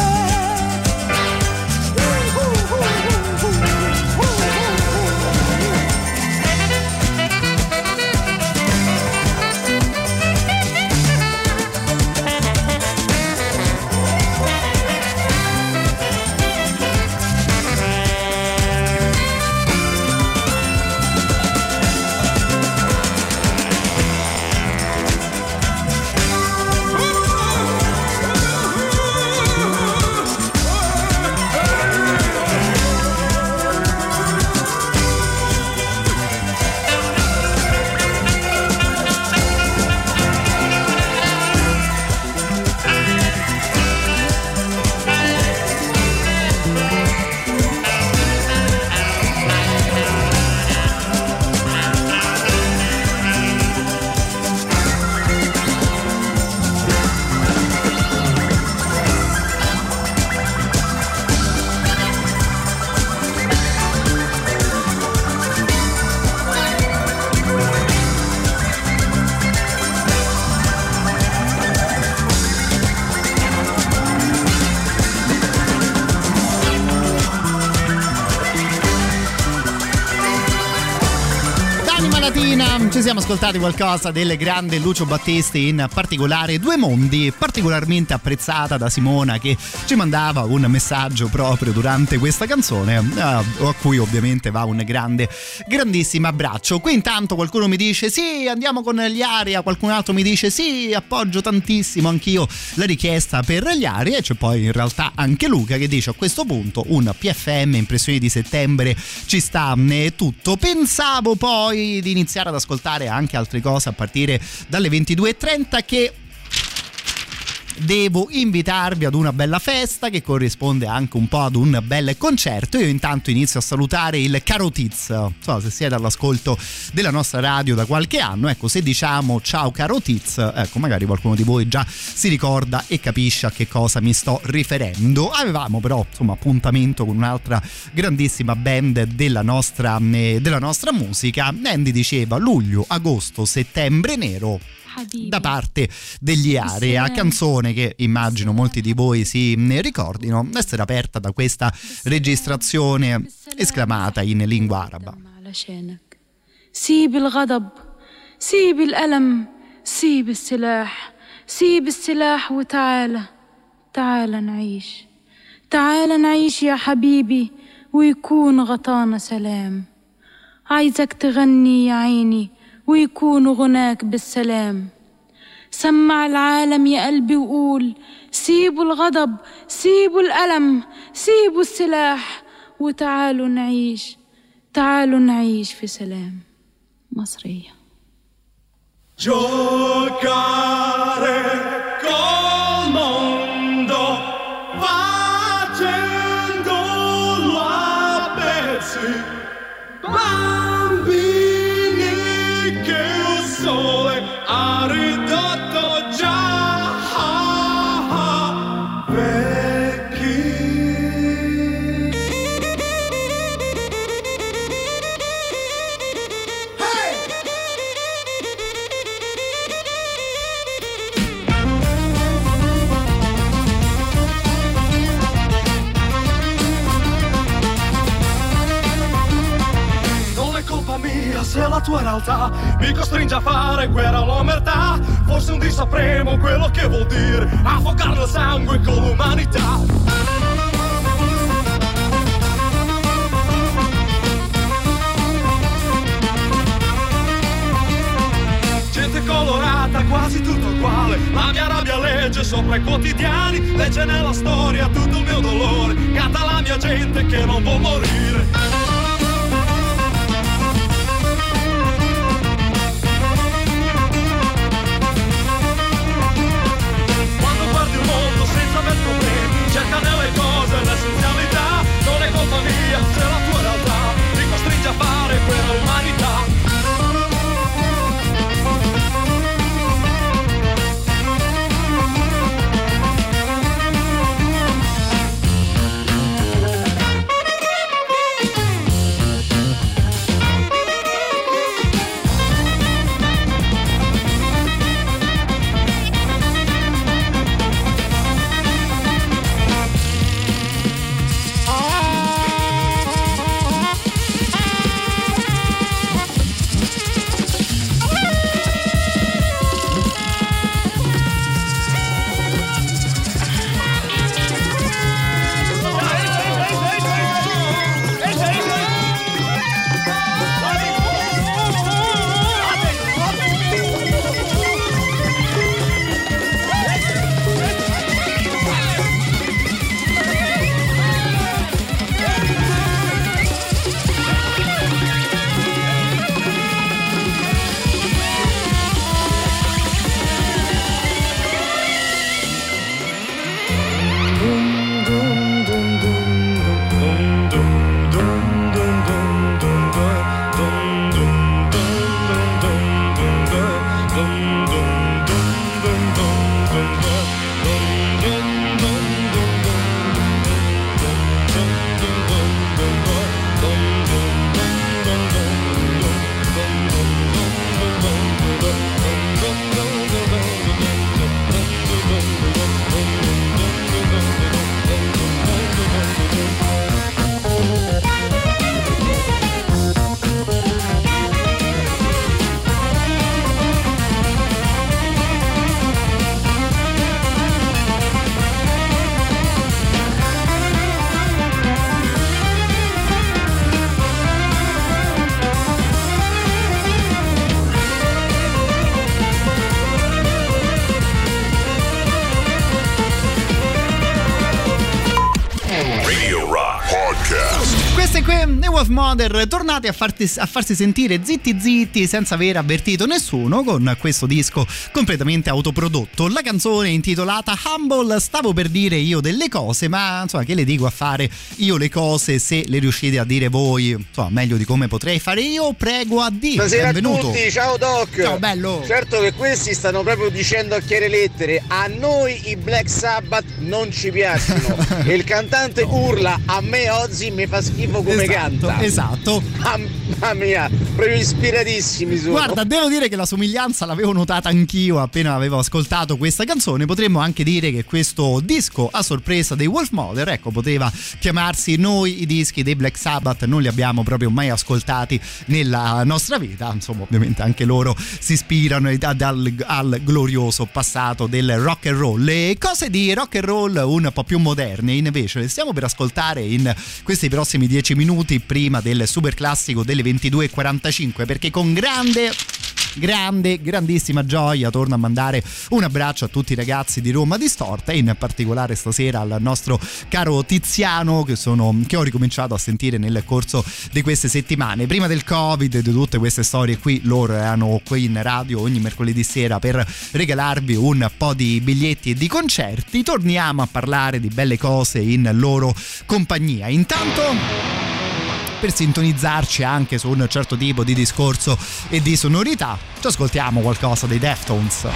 Ci siamo ascoltati qualcosa del grande Lucio Battisti, in particolare Due Mondi, particolarmente apprezzata da Simona, che ci mandava un messaggio proprio durante questa canzone, a cui ovviamente va un grandissimo abbraccio. Qui intanto qualcuno mi dice sì, andiamo con gli Aria, qualcun altro mi dice sì, appoggio tantissimo anch'io la richiesta per gli Aria, e c'è poi in realtà anche Luca che dice a questo punto un PFM Impressioni di settembre ci sta tutto. Pensavo poi di iniziare ad ascoltare anche altre cose a partire dalle 22.30, che devo invitarvi ad una bella festa che corrisponde anche un po' ad un bel concerto. Io intanto inizio a salutare il caro Tiz, non so se siete all'ascolto della nostra radio da qualche anno, ecco, se diciamo ciao caro Tiz, ecco, magari qualcuno di voi già si ricorda e capisce a che cosa mi sto riferendo. Avevamo però insomma appuntamento con un'altra grandissima band della nostra musica. Andy diceva luglio, agosto, settembre nero da parte degli Area, canzone che immagino molti di voi si ricordino essere aperta da questa registrazione esclamata in lingua araba. سيب الغضب سيب الألم سيب السلاح سيب السلاح وتعالى تعالى نعيش تعالى نعيش يا حبيبي ويكون غطانا سلام عايزك تغني يا عيني ويكون غناك بالسلام سمع العالم يا قلبي وقول سيبوا الغضب سيبوا الألم سيبوا السلاح وتعالوا نعيش تعالوا نعيش في سلام مصرية. Giocare col mondo facendolo a pezzi, bambini che il sole ha ridotto già vecchi. Se la tua realtà mi costringe a fare guerra all'omertà, forse un dì sapremo quello che vuol dire affogare il sangue con l'umanità. Gente colorata, quasi tutto uguale, la mia rabbia legge sopra i quotidiani, legge nella storia tutto il mio dolore, canta la mia gente che non può morire. Cerca nelle cose l'essenzialità, non è colpa mia se la tua realtà ti costringe a fare per l'umanità. Queste qui, The Wolf Mother, tornate a farsi sentire zitti senza aver avvertito nessuno con questo disco completamente autoprodotto. La canzone intitolata Humble, stavo per dire io delle cose, ma insomma che le dico a fare io le cose se le riuscite a dire voi, insomma meglio di come potrei fare io, prego a Dio. Buonasera benvenuto. a tutti, ciao Doc. Ciao bello. Certo che questi stanno proprio dicendo a chiare lettere, a noi i Black Sabbath non ci piacciono e il cantante urla, a me Ozzy mi fa schifo come canta. Esatto. Mamma mia, proprio ispiratissimi sono. Guarda, devo dire che la somiglianza l'avevo notata anch'io appena avevo ascoltato questa canzone. Potremmo anche dire che questo disco a sorpresa dei Wolf Mother, ecco, poteva chiamarsi Noi i dischi dei Black Sabbath non li abbiamo proprio mai ascoltati nella nostra vita. Insomma, ovviamente anche loro si ispirano al glorioso passato del rock and roll. Le cose di rock and roll un po' più moderne invece le stiamo per ascoltare in questi prossimi 10 minuti prima del super classico delle 22:45, perché con grande grandissima gioia. Torno a mandare un abbraccio a tutti i ragazzi di Roma Distorta e in particolare stasera al nostro caro Tiziano che ho ricominciato a sentire nel corso di queste settimane. Prima del Covid e di tutte queste storie qui, loro erano qui in radio ogni mercoledì sera per regalarvi un po' di biglietti e di concerti. Torniamo a parlare di belle cose in loro compagnia. Intanto, per sintonizzarci anche su un certo tipo di discorso e di sonorità, ci ascoltiamo qualcosa dei Deftones.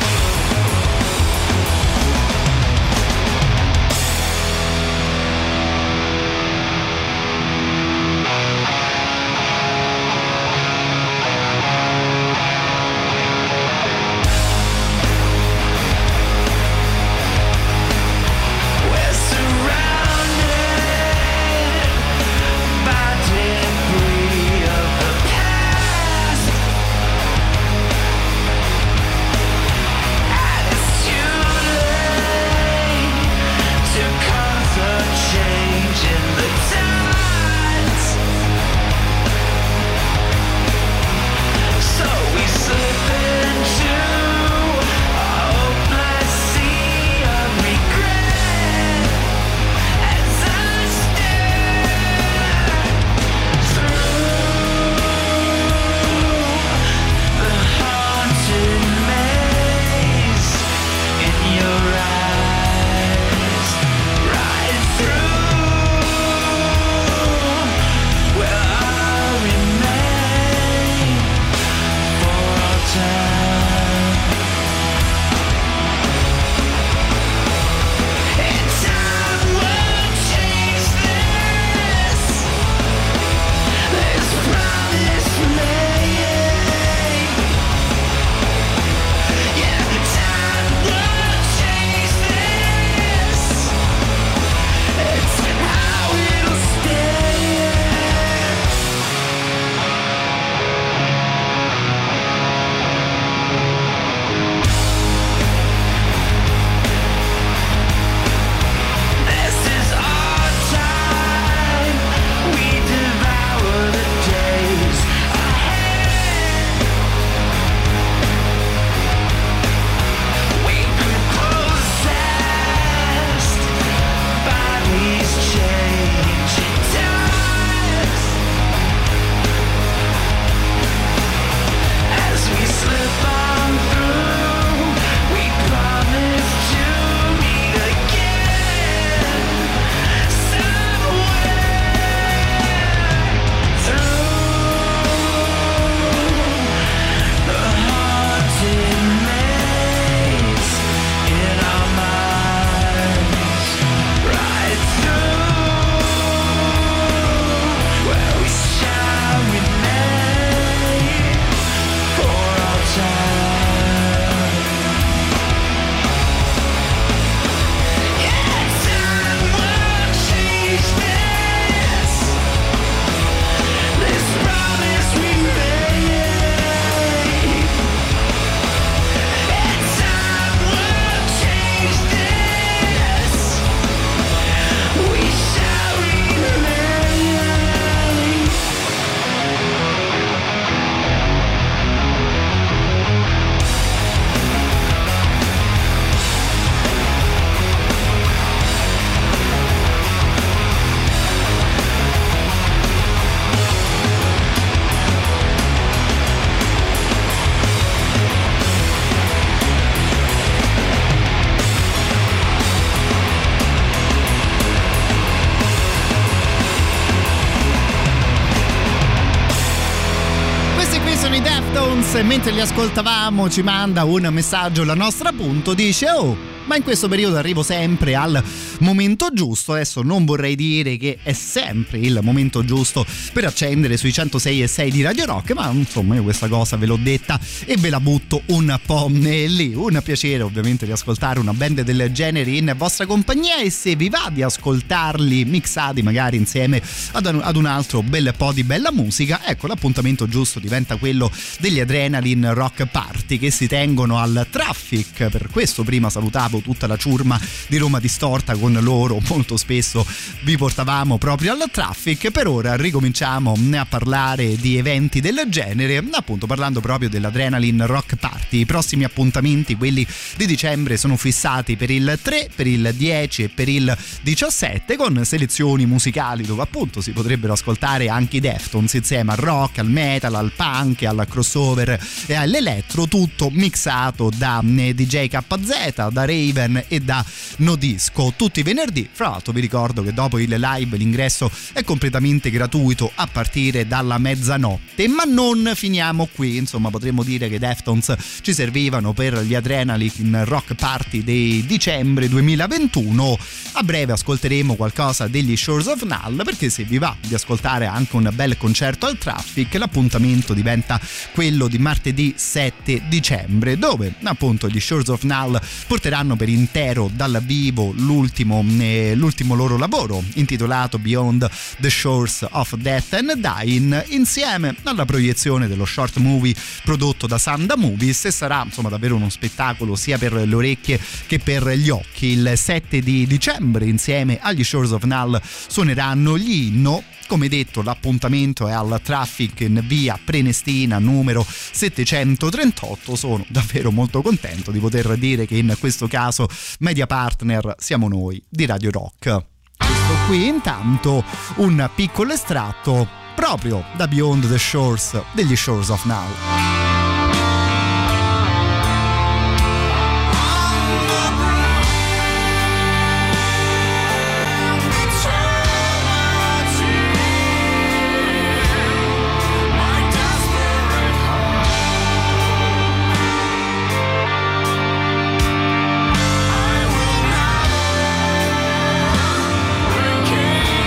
E mentre li ascoltavamo ci manda un messaggio la nostra Punto, dice: oh, ma in questo periodo arrivo sempre al momento giusto. Adesso non vorrei dire che è sempre il momento giusto per accendere sui 106.6 di Radio Rock, ma insomma io questa cosa ve l'ho detta e ve la butto un po' lì. Un piacere ovviamente di ascoltare una band del genere in vostra compagnia, e se vi va di ascoltarli mixati magari insieme ad un altro bel po' di bella musica, ecco, l'appuntamento giusto diventa quello degli Adrenaline Rock Party che si tengono al Traffic. Per questo prima salutavo tutta la ciurma di Roma Distorta con con loro molto spesso vi portavamo proprio al Traffic. Per ora ricominciamo a parlare di eventi del genere, appunto parlando proprio dell'Adrenaline Rock Party. I prossimi appuntamenti, quelli di dicembre, sono fissati per il 3, per il 10 e per il 17, con selezioni musicali dove appunto si potrebbero ascoltare anche i Deftones insieme al rock, al metal, al punk, al crossover e all'elettro, tutto mixato da DJ KZ, da Raven e da No Disco, tutti i venerdì. Fra l'altro vi ricordo che dopo il live l'ingresso è completamente gratuito a partire dalla mezzanotte. Ma non finiamo qui, insomma potremmo dire che i Deftones ci servivano per gli Adrenaline Rock Party di dicembre 2021. A breve ascolteremo qualcosa degli Shores of Null, perché se vi va di ascoltare anche un bel concerto al Traffic, l'appuntamento diventa quello di martedì 7 dicembre, dove appunto gli Shores of Null porteranno per intero dal vivo l'ultimo loro lavoro intitolato Beyond the Shores of Death and Dying, insieme alla proiezione dello short movie prodotto da Sanda Movies, e sarà insomma davvero uno spettacolo sia per le orecchie che per gli occhi. Il 7 di dicembre insieme agli Shores of Null suoneranno gli Inno. Come detto, l'appuntamento è al Traffic in via Prenestina numero 738. Sono davvero molto contento di poter dire che in questo caso media partner siamo noi di Radio Rock. Questo qui intanto un piccolo estratto proprio da Beyond the Shores degli Shores of Now.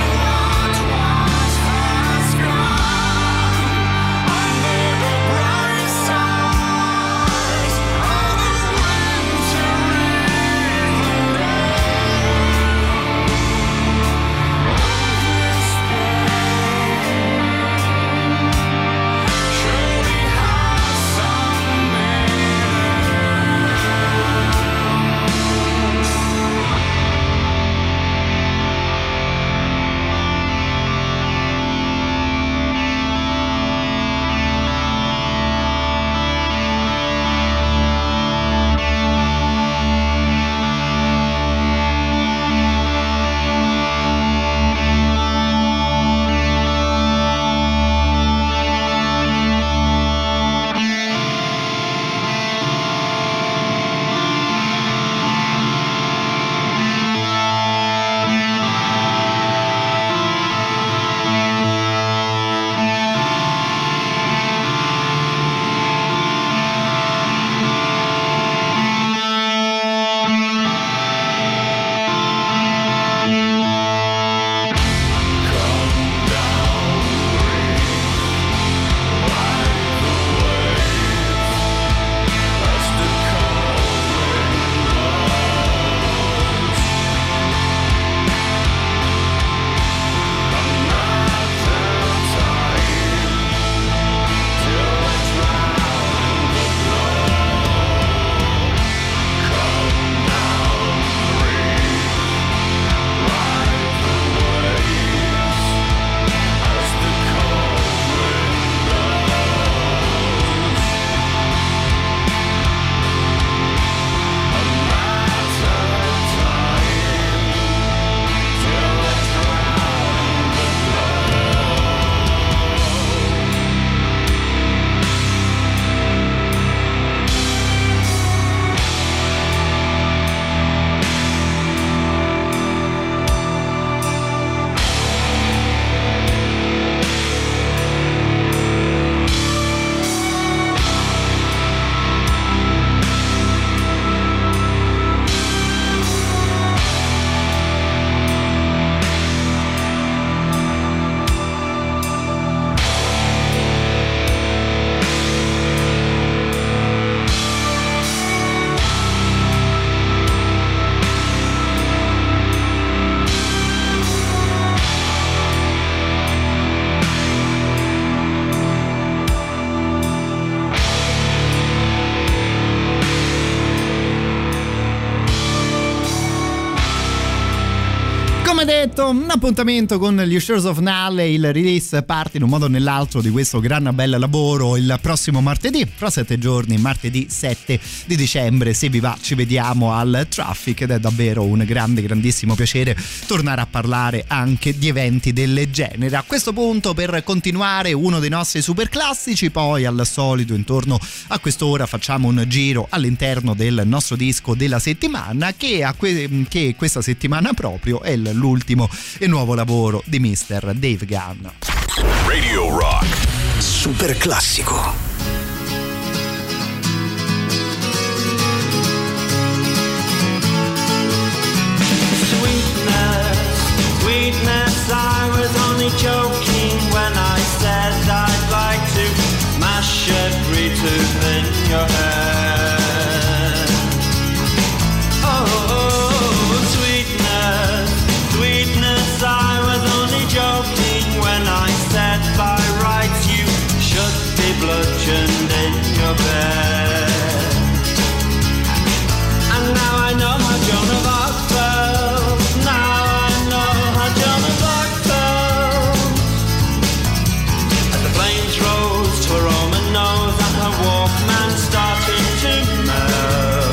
Bright Come detto, un appuntamento con gli Shores of Null, il release parte in un modo o nell'altro di questo gran bel lavoro il prossimo martedì, fra 7 giorni, martedì 7 di dicembre, se vi va ci vediamo al Traffic, ed è davvero un grandissimo piacere tornare a parlare anche di eventi del genere. A questo punto, per continuare uno dei nostri super classici, poi al solito intorno a quest'ora facciamo un giro all'interno del nostro disco della settimana, che questa settimana proprio è l'ultimo e nuovo lavoro di Mr. Dave Gunn. Radio Rock Super classico. Sweetness, I was only joking when I said I'd like to mash every tooth in your head. Oh, sweetness, I was only joking when I said by rights you should be bludgeoned in your bed. And now I know how Joan of Arc felt. Now I know how Joan of Arc felt. As the flames rose to her Roman nose and her Walkman started to melt.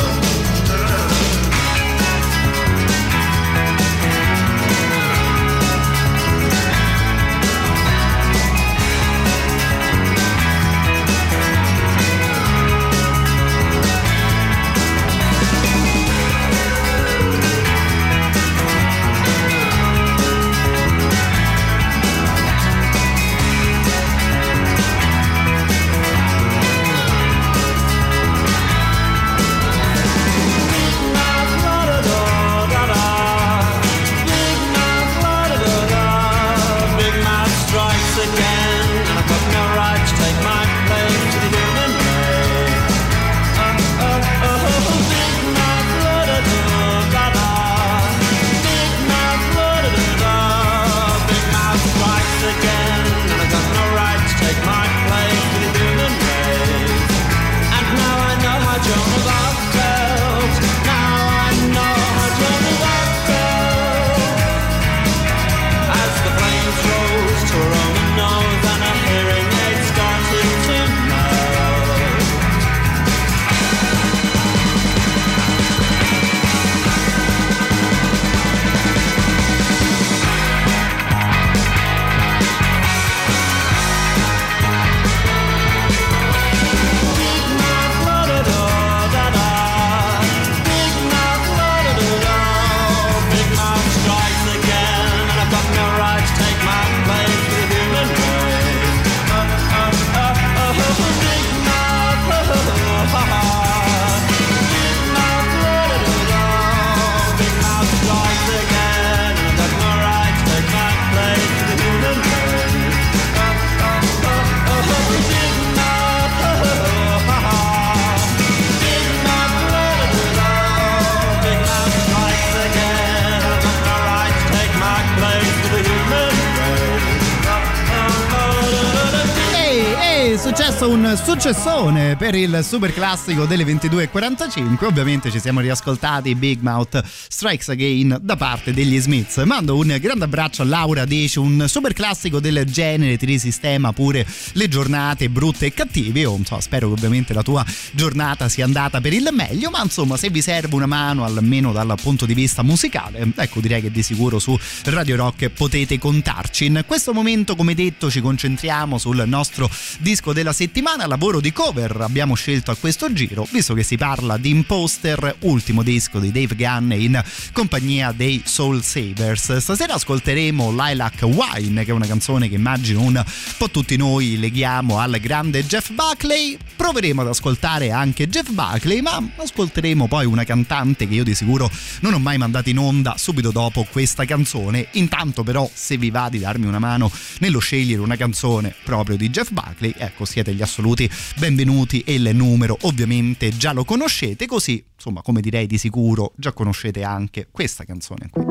Un successone per il super classico delle 22.45. Ovviamente ci siamo riascoltati Big Mouth Strikes Again da parte degli Smiths. Mando un grande abbraccio a Laura, dice un super classico del genere ti risistema pure le giornate brutte e cattive. Io spero che ovviamente la tua giornata sia andata per il meglio, ma insomma se vi serve una mano almeno dal punto di vista musicale, ecco, direi che di sicuro su Radio Rock potete contarci. In questo momento, come detto, ci concentriamo sul nostro disco della settimana, lavoro di cover abbiamo scelto a questo giro, visto che si parla di Imposter, ultimo disco di Dave Gunn in compagnia dei Soul Savers. Stasera ascolteremo Lilac Wine, che è una canzone che immagino un po' tutti noi leghiamo al grande Jeff Buckley. Proveremo ad ascoltare anche Jeff Buckley, ma ascolteremo poi una cantante che io di sicuro non ho mai mandato in onda subito dopo questa canzone. Intanto però, se vi va di darmi una mano nello scegliere una canzone proprio di Jeff Buckley, ecco, siete gli assoluti benvenuti e il numero ovviamente già lo conoscete, così insomma, come direi di sicuro già conoscete anche questa canzone qui.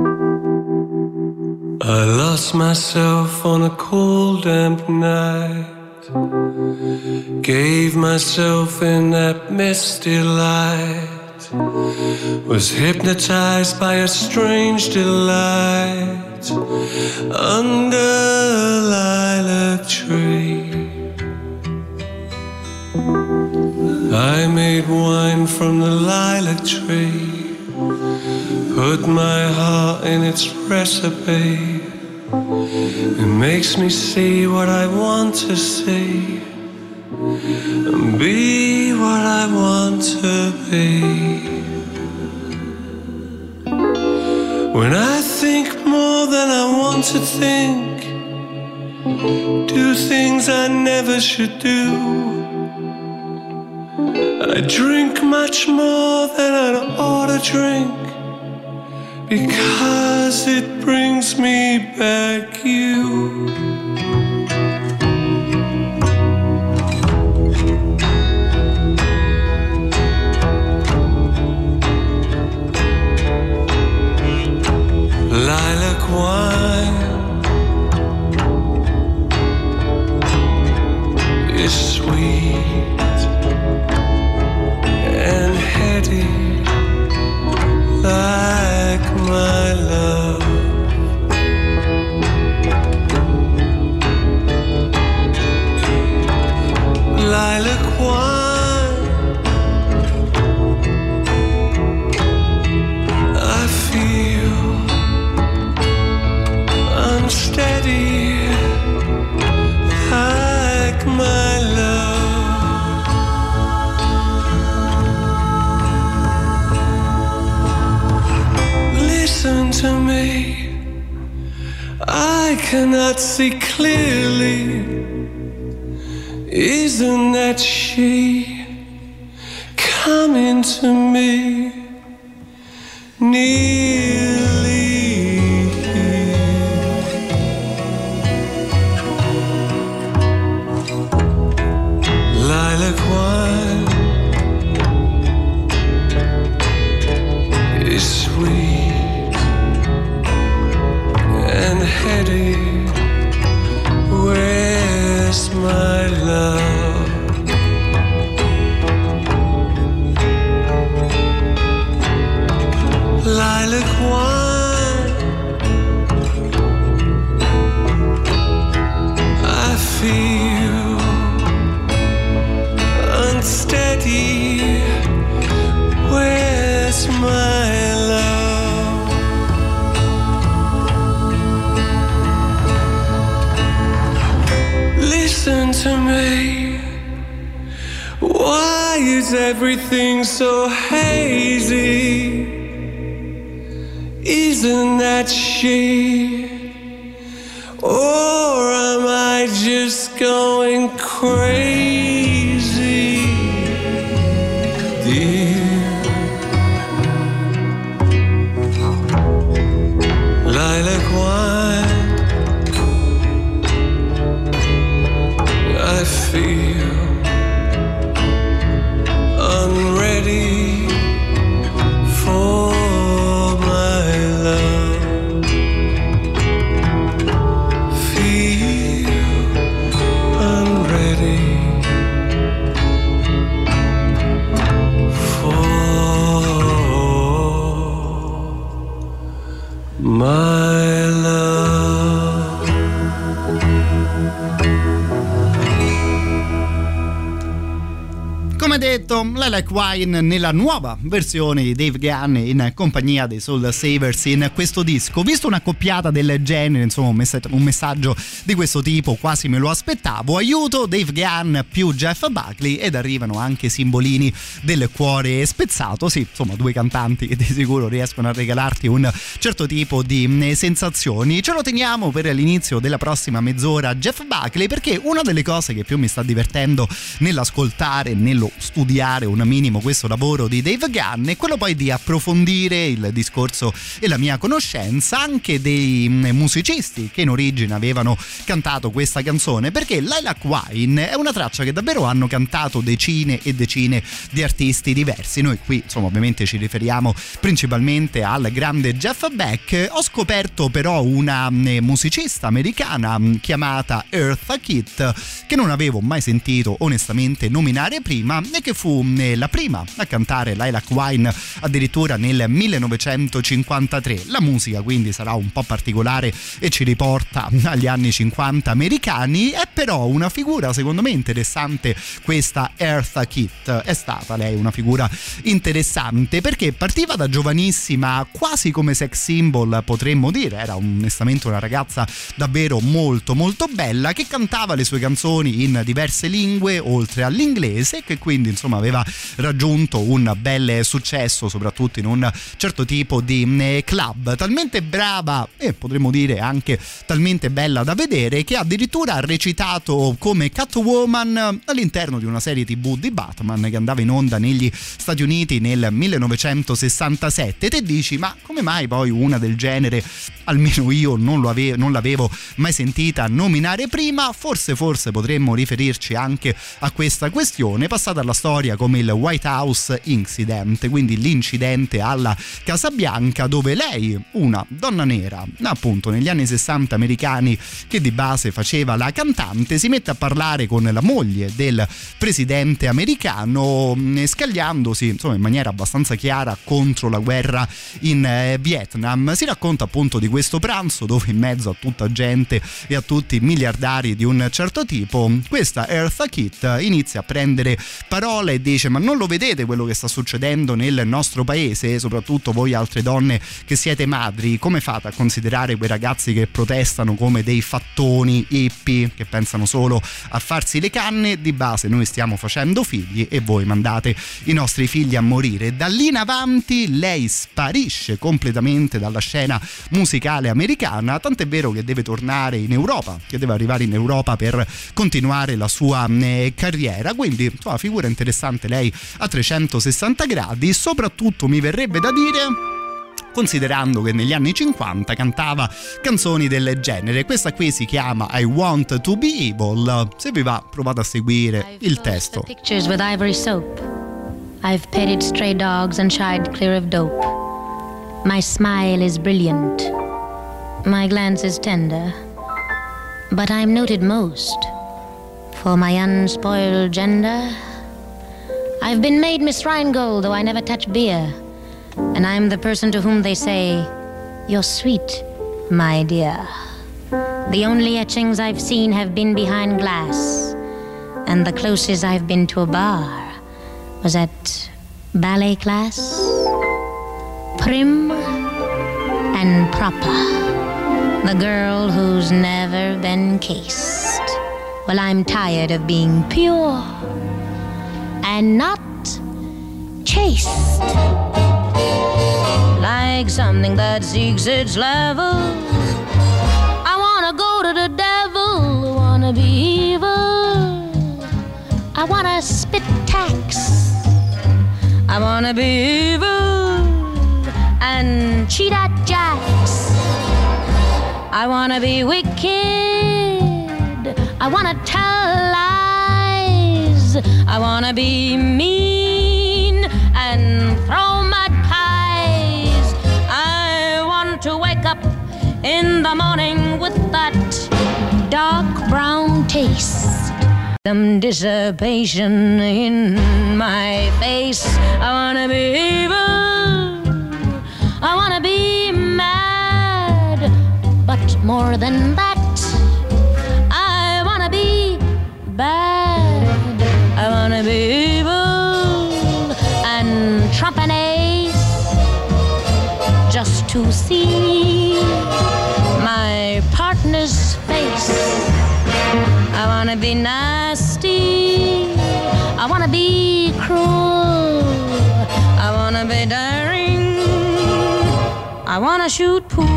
I lost myself on a cold damp night, gave myself in that misty light, was hypnotized by a strange delight under a lilac tree. I made wine from the lilac tree, put my heart in its recipe. It makes me see what I want to see and be what I want to be. When I think more than I want to think, do things I never should do, I drink much more than I ought to drink, because it brings me back you. Lilac wine is sweet and heady like my love. Lilac wine, I feel unsteady like my love. Listen to me, I cannot see clearly. Isn't that she coming to me nearly? Lilac wine is sweet and heady. Where's my love? Lilac wine, I feel unsteady. Where's my love? Listen to me. Why is everything so hazy? Isn't that she? Or am I just going crazy, dear? Lilac wine, I feel unready for my love. Feel unready for my love. Come detto, Lilac Wine nella nuova versione di Dave Gunn in compagnia dei Soul Savers in questo disco. Visto un'accoppiata del genere, insomma un messaggio di questo tipo quasi me lo aspettavo. Aiuto, Dave Gunn più Jeff Buckley, ed arrivano anche simbolini del cuore spezzato. Sì, insomma, due cantanti che di sicuro riescono a regalarti un certo tipo di sensazioni. Ce lo teniamo per l'inizio della prossima mezz'ora Jeff Buckley, perché una delle cose che più mi sta divertendo nell'ascoltare, nello studiare un minimo questo lavoro di Dave Gunn è quello poi di approfondire il discorso e la mia conoscenza anche dei musicisti che in origine avevano cantato questa canzone, perché Lilac Wine è una traccia che davvero hanno cantato decine e decine di artisti diversi. Noi qui insomma ovviamente ci riferiamo principalmente al grande Jeff Beck. Ho scoperto però una musicista americana chiamata Eartha Kitt, che non avevo mai sentito onestamente nominare prima, e che fu la prima a cantare Lilac Wine addirittura nel 1953. La musica quindi sarà un po' particolare e ci riporta agli anni 50 americani. È però una figura secondo me interessante questa Eartha Kitt. È stata lei una figura interessante perché partiva da giovanissima quasi come sex symbol, potremmo dire. Era onestamente una ragazza davvero molto molto bella che cantava le sue canzoni in diverse lingue oltre all'inglese, che quindi insomma aveva raggiunto un bel successo soprattutto in un certo tipo di club. Talmente brava e potremmo dire anche talmente bella da vedere che addirittura ha recitato come Catwoman all'interno di una serie TV di Batman che andava in onda negli Stati Uniti nel 1967. Te dici, ma come mai poi una del genere, almeno io non l'avevo mai sentita nominare prima? Forse potremmo riferirci anche a questa questione passata alla storia come il White House Incident, quindi l'incidente alla Casa Bianca, dove lei, una donna nera appunto negli anni 60 americani che di base faceva la cantante, si mette a parlare con la moglie del presidente americano, scagliandosi insomma in maniera abbastanza chiara contro la guerra in Vietnam. Si racconta appunto di questo pranzo dove in mezzo a tutta gente e a tutti miliardari di un certo tipo questa Eartha Kitt inizia a prendere parole e dice: ma non lo vedete quello che sta succedendo nel nostro paese? Soprattutto voi altre donne che siete madri, come fate a considerare quei ragazzi che protestano come dei fattoni hippie che pensano solo a farsi le canne? Di base noi stiamo facendo figli e voi mandate i nostri figli a morire. Da lì in avanti lei sparisce completamente dalla scena musicale americana, tant'è vero che deve tornare in Europa, che deve arrivare in Europa per continuare la sua carriera. Quindi insomma, figura interessante lei a 360 gradi. Soprattutto mi verrebbe da dire, considerando che negli anni 50 cantava canzoni del genere. Questa qui si chiama I Want to Be Evil. Se vi va, provate a seguire il testo. Pictures with ivory soap. I've petted stray dogs and shied clear of dope. My smile is brilliant. My glance is tender. But I'm noted most for my unspoiled gender. I've been made Miss Rheingold, though I never touch beer. And I'm the person to whom they say, you're sweet, my dear. The only etchings I've seen have been behind glass. And the closest I've been to a bar was at ballet class. Prim and proper. The girl who's never been cased. Well, I'm tired of being pure and not chaste. Like something that seeks its level. I wanna go to the devil, wanna be evil. I wanna spit tax. I wanna be evil and cheat at jacks. I wanna be wicked. I wanna tell lies. I wanna be mean and throw mud pies. I want to wake up in the morning with that dark brown taste. Some dissipation in my face. I wanna be evil. I wanna be mad. But more than that, I wanna be bad. I wanna be evil and trump an ace just to see my partner's face. I wanna be nasty. I wanna be cruel. I wanna be daring. I wanna shoot pool.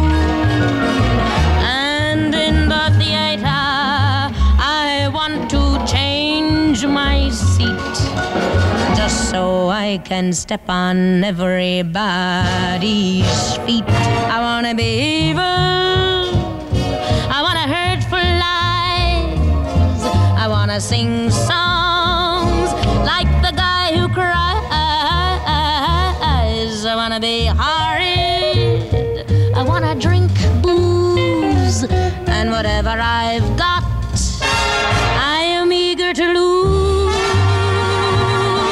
And in the theater, I want to change my seat just so I can step on everybody's feet. I wanna be evil. I wanna hurtful lies. I wanna sing songs like the guy who cries. I wanna be horrid. I wanna drink booze. And whatever I've got, I am eager to lose.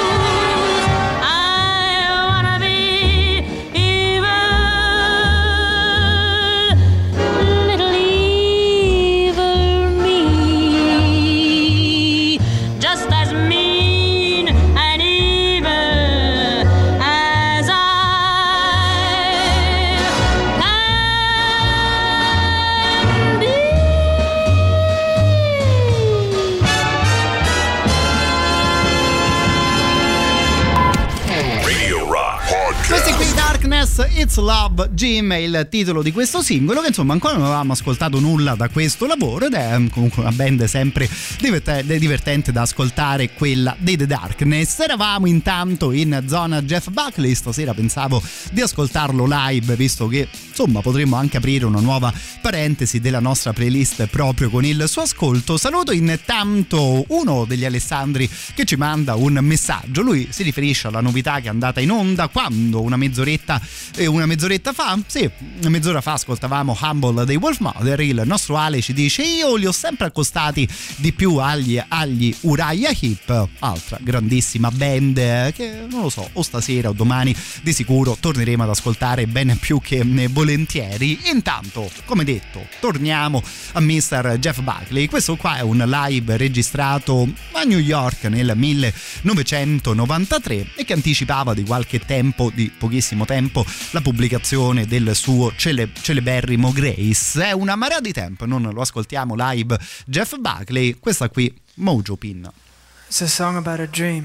Love Jim è il titolo di questo singolo, che insomma ancora non avevamo ascoltato nulla da questo lavoro, ed è comunque una band sempre divertente da ascoltare, quella dei The Darkness. Eravamo intanto in zona Jeff Buckley, stasera pensavo di ascoltarlo live, visto che insomma potremmo anche aprire una nuova parentesi della nostra playlist proprio con il suo ascolto. Saluto intanto uno degli Alessandri che ci manda un messaggio. Lui si riferisce alla novità che è andata in onda quando una mezz'oretta fa, sì, mezz'ora fa ascoltavamo Humble dei Wolfmother. Il nostro Ale ci dice: io li ho sempre accostati di più agli Uriah Heep, altra grandissima band che non lo so, o stasera o domani di sicuro torneremo ad ascoltare ben più che volentieri. Intanto, come detto, torniamo a Mr. Jeff Buckley. Questo qua è un live registrato a New York nel 1993 e che anticipava di qualche tempo, di pochissimo tempo, la pubblicazione del suo celeberrimo Grace. È una marea di tempo, non lo ascoltiamo live Jeff Buckley. Questa qui, Mojo Pin. It's a song about a dream.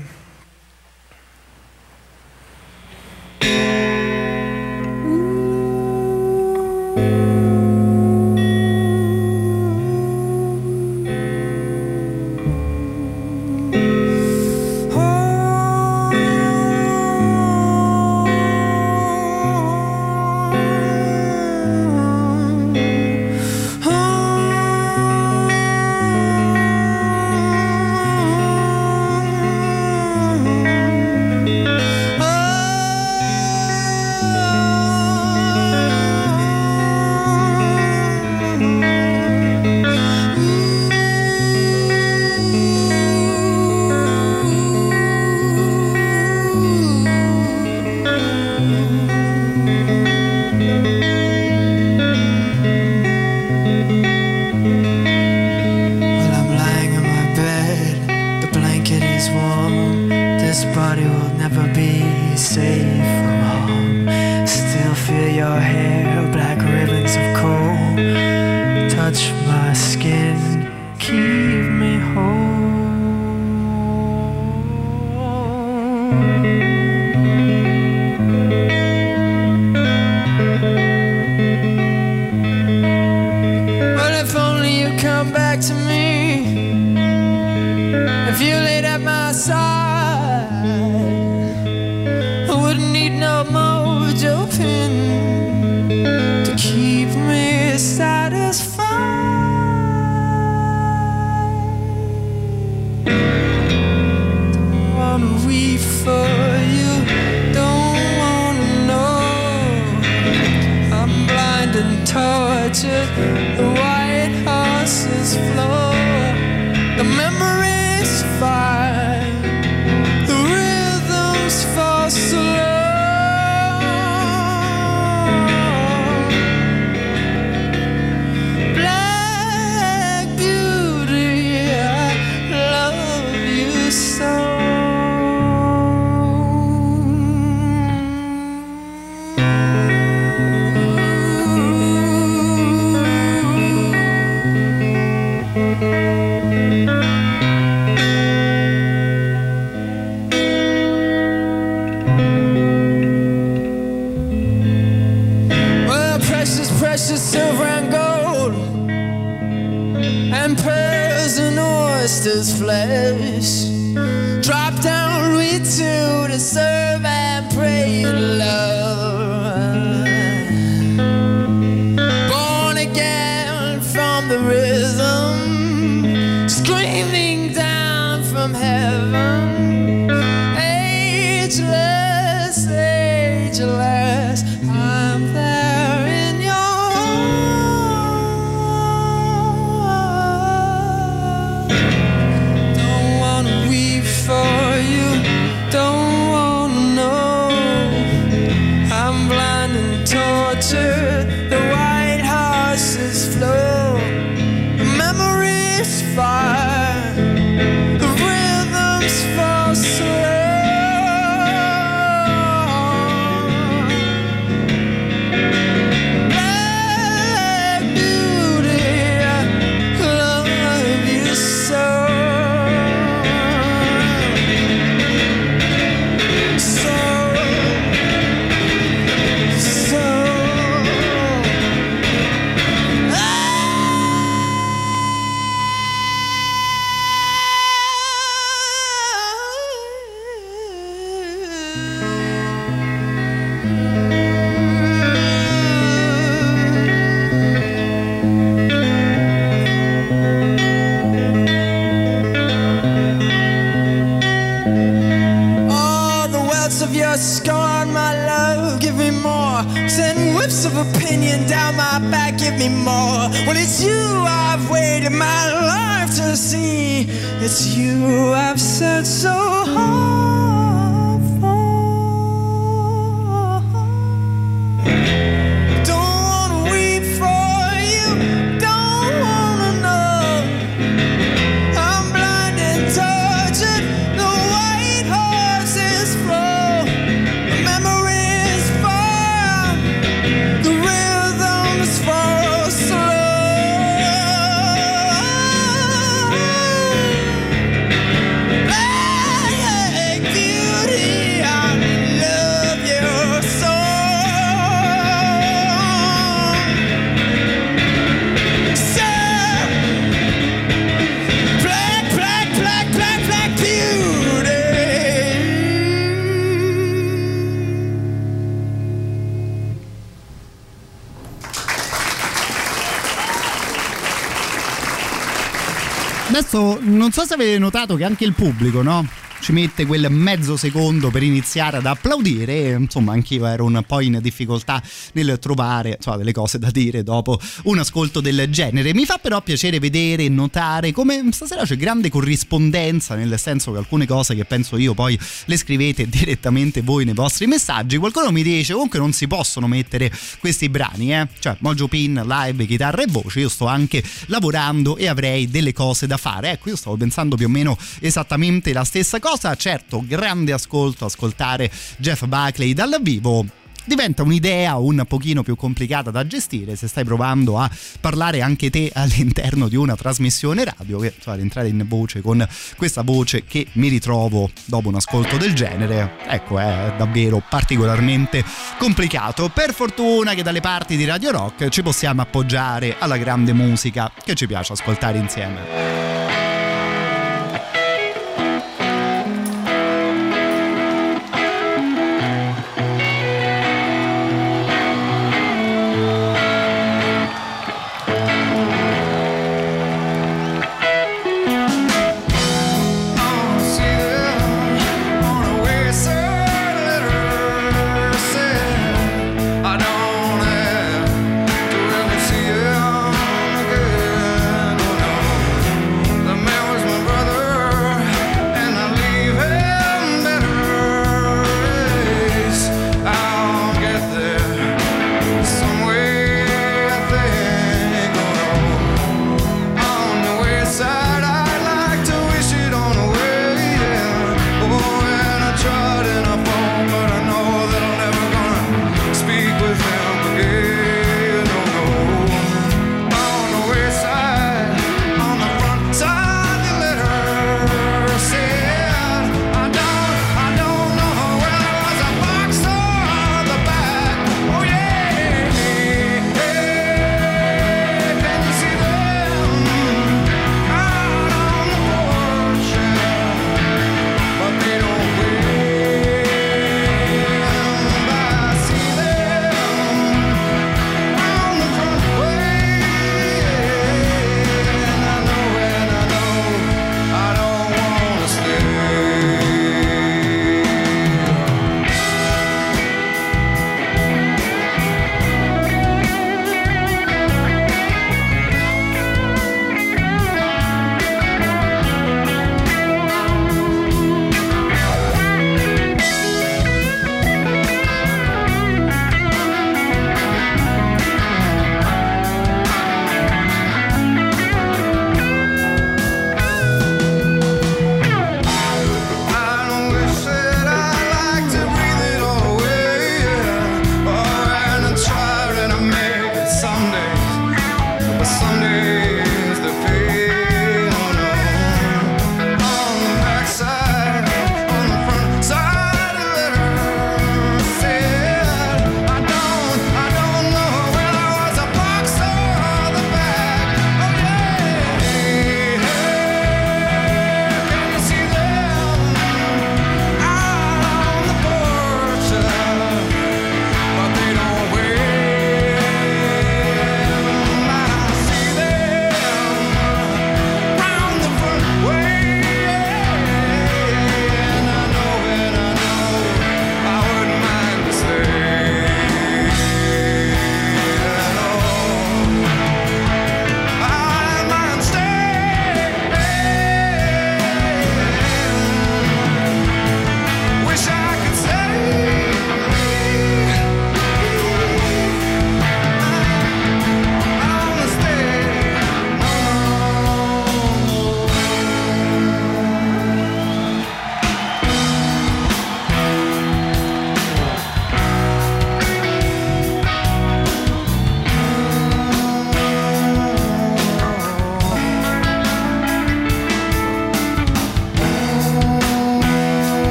Don't wanna back, give me more. Well, it's you I've waited my life to see. It's you I've searched so hard for. Don't wanna weep for you, don't wanna know. I'm blind and tortured, the white horses flow. The memories far, the rhythms fall slow. Like beauty, I love your song. So black, black, black, black, black beauty. Adesso non so se avete notato che anche il pubblico, no? Ci mette quel mezzo secondo per iniziare ad applaudire e insomma anch'io ero un po' in difficoltà nel trovare delle cose da dire dopo un ascolto del genere. Mi fa però piacere vedere e notare come stasera c'è grande corrispondenza, nel senso che alcune cose che penso io poi le scrivete direttamente voi nei vostri messaggi. Qualcuno mi dice comunque non si possono mettere questi brani, cioè Mojo Pin, live, chitarra e voce. Io sto anche lavorando e avrei delle cose da fare. Ecco, io stavo pensando più o meno esattamente la stessa cosa. Certo, grande ascoltare Jeff Buckley dal vivo diventa un'idea un pochino più complicata da gestire se stai provando a parlare anche te all'interno di una trasmissione radio, che ad entrare in voce con questa voce che mi ritrovo dopo un ascolto del genere, ecco, è davvero particolarmente complicato. Per fortuna che dalle parti di Radio Rock ci possiamo appoggiare alla grande musica che ci piace ascoltare insieme. I don't have to really see you again.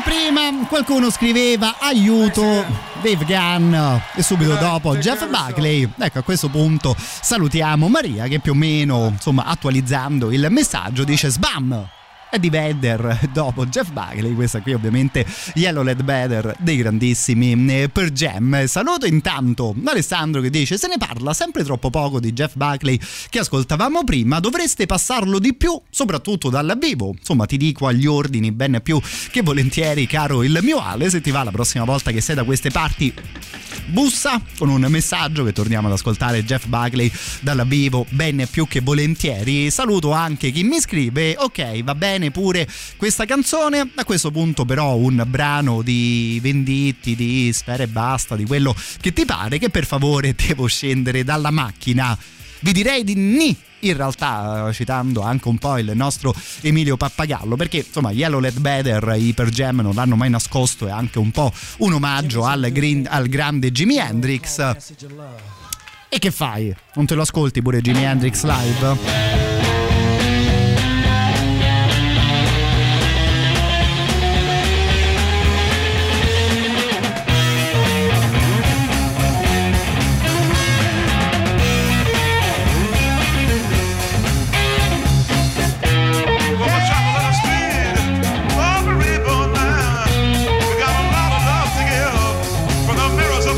prima qualcuno scriveva aiuto Dave Gunn e subito dopo Jeff Buckley. Ecco, a questo punto salutiamo Maria che più o meno, insomma, attualizzando il messaggio dice sbam! Eddie Vedder dopo Jeff Buckley. Questa qui ovviamente Yellow Ledbetter dei grandissimi Pearl Jam. Saluto intanto Alessandro che dice: se ne parla sempre troppo poco di Jeff Buckley che ascoltavamo prima, dovreste passarlo di più, soprattutto dal vivo. Insomma, ti dico agli ordini ben più che volentieri, caro il mio Ale. Se ti va, la prossima volta che sei da queste parti, bussa con un messaggio che torniamo ad ascoltare Jeff Buckley dal vivo ben più che volentieri. Saluto anche chi mi scrive: ok, va bene pure questa canzone, a questo punto però un brano di Venditti, di Sfera Ebbasta, di quello che ti pare, che per favore devo scendere dalla macchina. Vi direi di ni, in realtà, citando anche un po' il nostro Emilio Pappagallo, perché insomma Yellow Ledbetter i Pearl Jam non l'hanno mai nascosto, è anche un po' un omaggio al grande Jimi Hendrix. E che fai? Non te lo ascolti pure Jimi Hendrix live?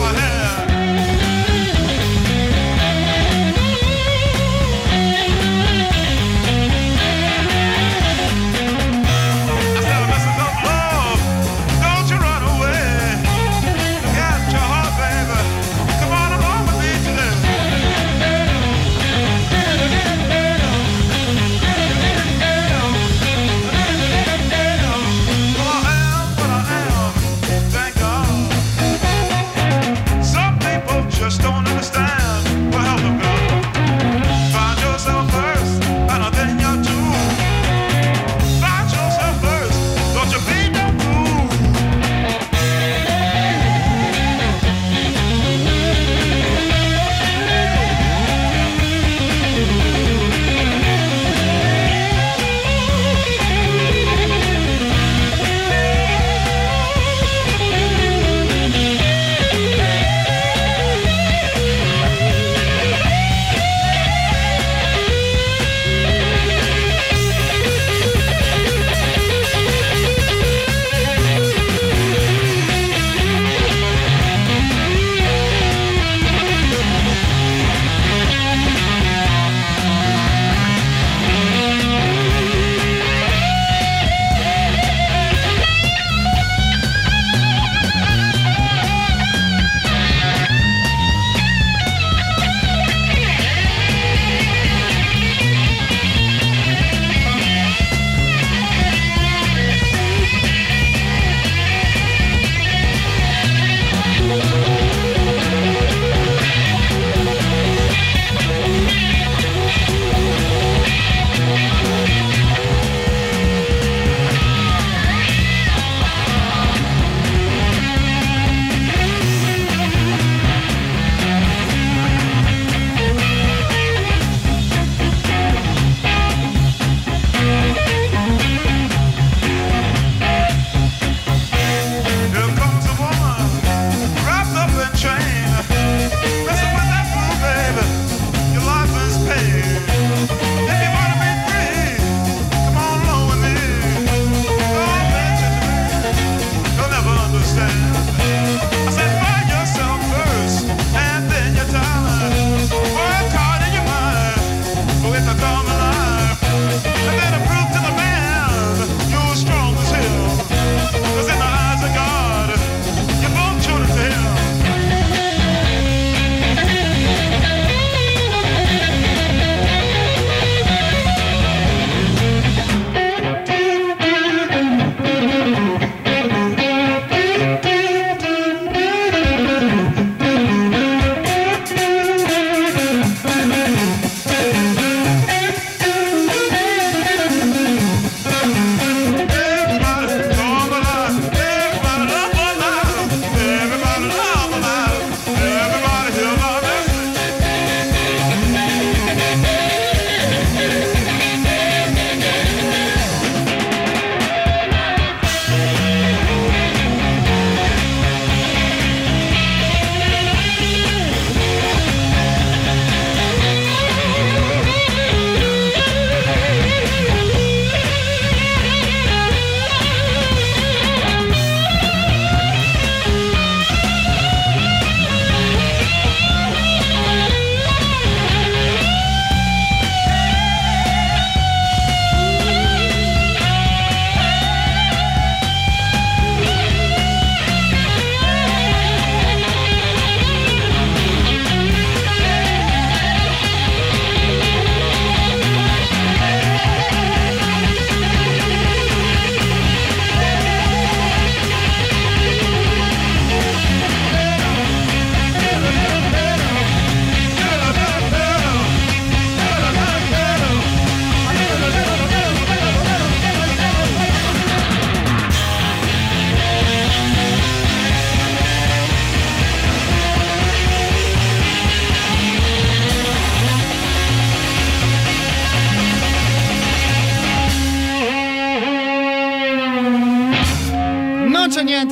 Yeah.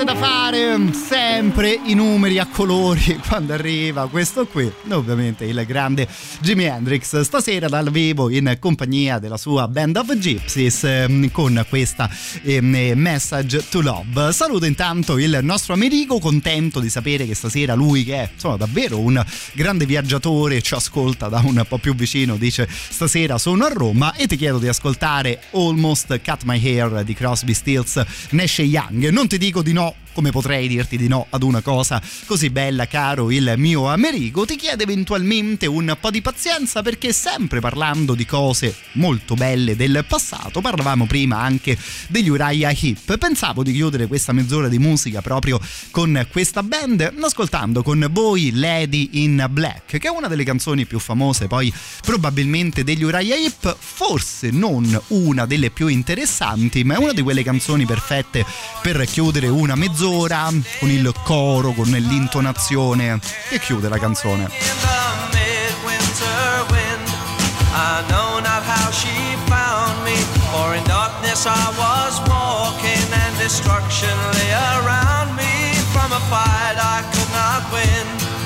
niente da fare, sempre i numeri a colori quando arriva questo qui, ovviamente il grande Jimi Hendrix, stasera dal vivo in compagnia della sua Band of Gypsies con questa Message to Love. Saluto intanto il nostro Amerigo, contento di sapere che stasera lui, che è insomma davvero un grande viaggiatore, ci ascolta da un po' più vicino, dice stasera sono a Roma, e ti chiedo di ascoltare Almost Cut My Hair di Crosby, Stills, Nash & Young. Non ti dico di no, come potrei dirti di no ad una cosa così bella, caro il mio Amerigo. Ti chiedo eventualmente un po' di pazienza, perché sempre parlando di cose molto belle del passato, parlavamo prima anche degli Uriah Heep. Pensavo di chiudere questa mezz'ora di musica proprio con questa band, ascoltando con voi Lady in Black, che è una delle canzoni più famose poi probabilmente degli Uriah Heep, forse non una delle più interessanti, ma è una di quelle canzoni perfette per chiudere una mezz'ora con il coro, con l'intonazione che chiude la canzone. I know not how she found me, for in darkness I was walking and destruction lay around me. From a fight I could not win.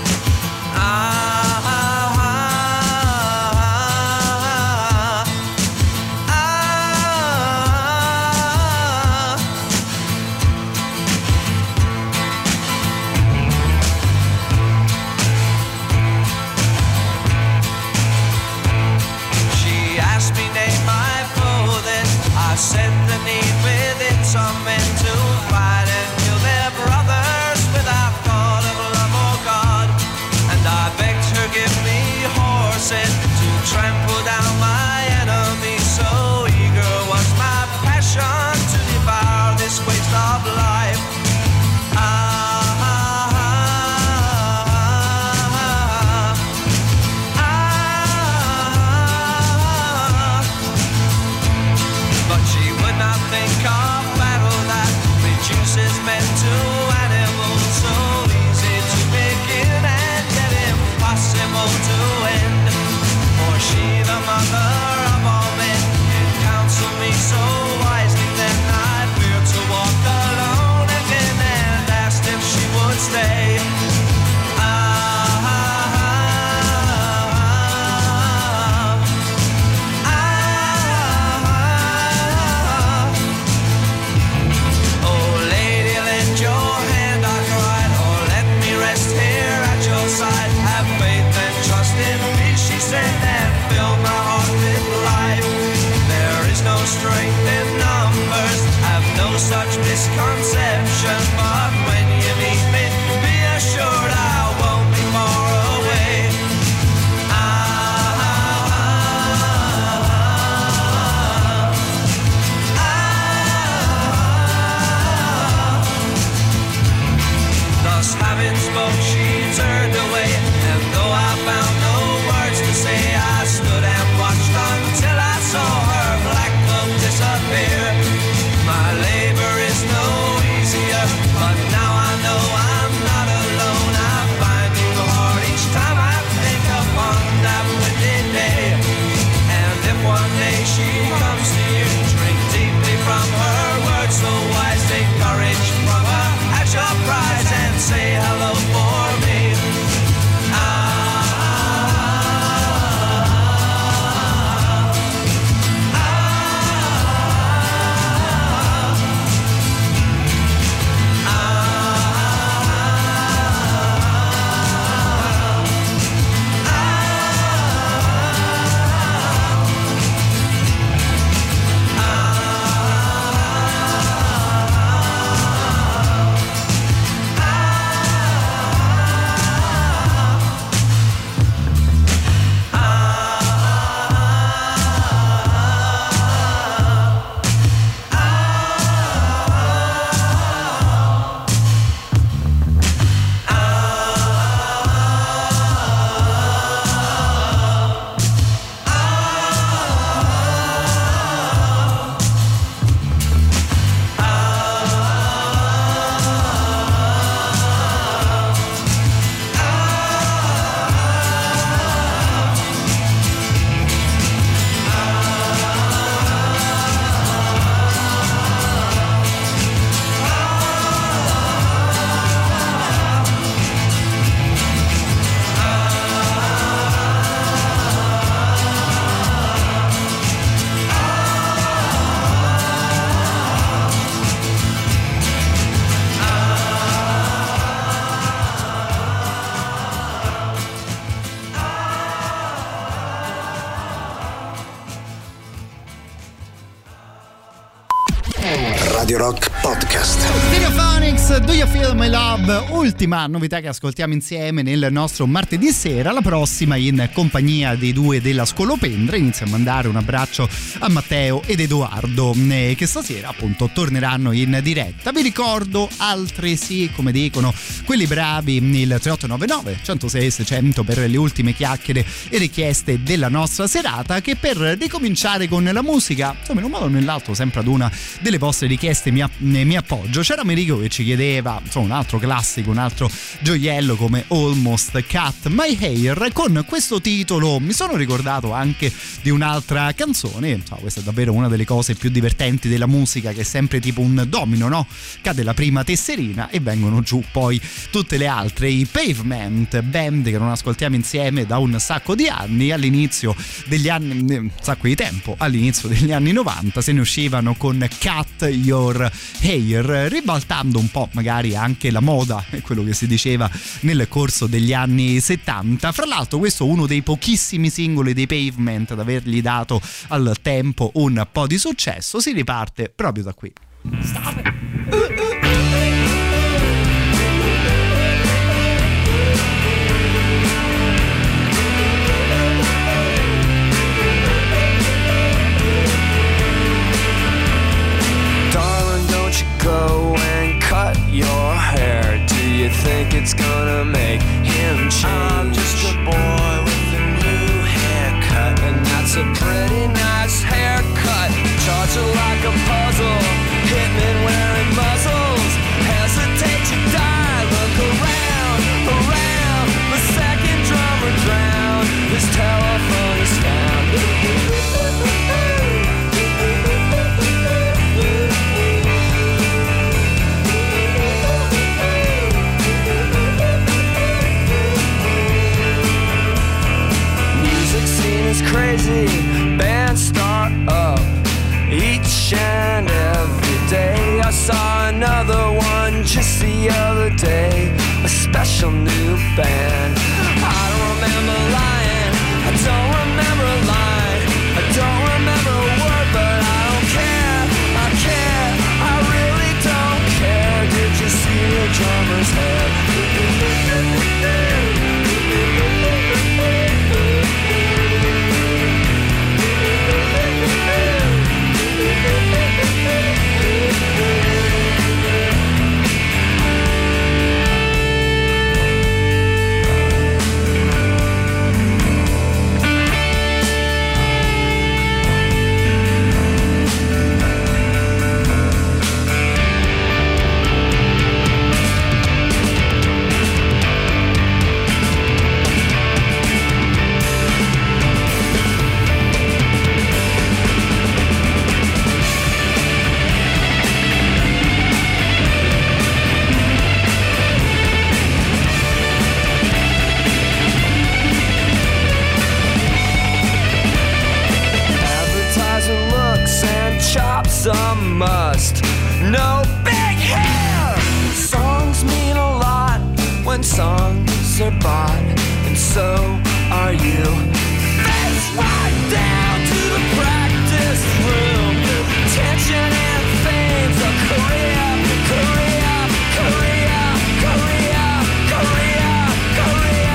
I said the need within some men to fight and kill their brothers without thought of love or God. And I begged her give me horses to trample down my enemies. So eager was my passion to devour this waste of life. Think of battle that reduces men to animals, so easy to begin and yet impossible to end. For she, the mother of all men, can counsel me so wisely. Then I feared to walk alone again and asked if she would stay. Strength in numbers, have no such misconception. But when you meet me, be assured I won't be far away. Thus having spoke, she turned away, and though I found no words to say, I stood and watched until I saw her black disappear. My labor is no easier, but now I know I'm not alone. I find you hard each time I think upon that wicked day. And if one day she comes to you, drink deeply from her words so wise, take courage from her at your prize and say hello for me. Radio Rock Podcast. Stereophonics, Do You Feel My Love? Ultima novità che ascoltiamo insieme nel nostro martedì sera. La prossima in compagnia dei due della Scolopendra. Inizio a mandare un abbraccio a Matteo ed Edoardo, che stasera appunto torneranno in diretta. Vi ricordo altresì, come dicono quelli bravi, il 3899 106 600 per le ultime chiacchiere e richieste della nostra serata, che per ricominciare con la musica, insomma, in un modo o nell'altro, sempre ad una delle vostre richieste mi appoggio. C'era Amerigo che ci chiedeva, insomma, un altro classico, un altro gioiello come Almost Cut My Hair. Con questo titolo mi sono ricordato anche di un'altra canzone, insomma, questa è davvero una delle cose più divertenti della musica, che è sempre tipo un domino, no? Cade la prima tesserina e vengono giù poi tutte le altre. I Pavement, band che non ascoltiamo insieme da un sacco di anni, all'inizio degli anni, un sacco di tempo, all'inizio degli anni 90 se ne uscivano con Cut Your Hair, ribaltando un po' magari anche la moda e quello che si diceva nel corso degli anni 70. Fra l'altro questo è uno dei pochissimi singoli dei Pavement ad avergli dato al tempo un po' di successo. Si riparte proprio da qui. Stop it. Go and cut your hair. Do you think it's gonna make him change? I'm just a boy with a new haircut, and that's a pretty nice haircut. Charge it like a puzzle, hitmen wearing muzzles. Hesitate to die, look around, around. The second drummer drowned, this telephone is found. Is crazy, bands start up each and every day. I saw another one just the other day, a special new band. I don't remember lying, I don't remember a line, I don't remember a word, but I don't care, I care, I really don't care. Did you see the drummer's head? A must, no big hair. Songs mean a lot when songs are bought, and so are you. Face right down to the practice room. Tension and fame's a career, career, career, career, career, career.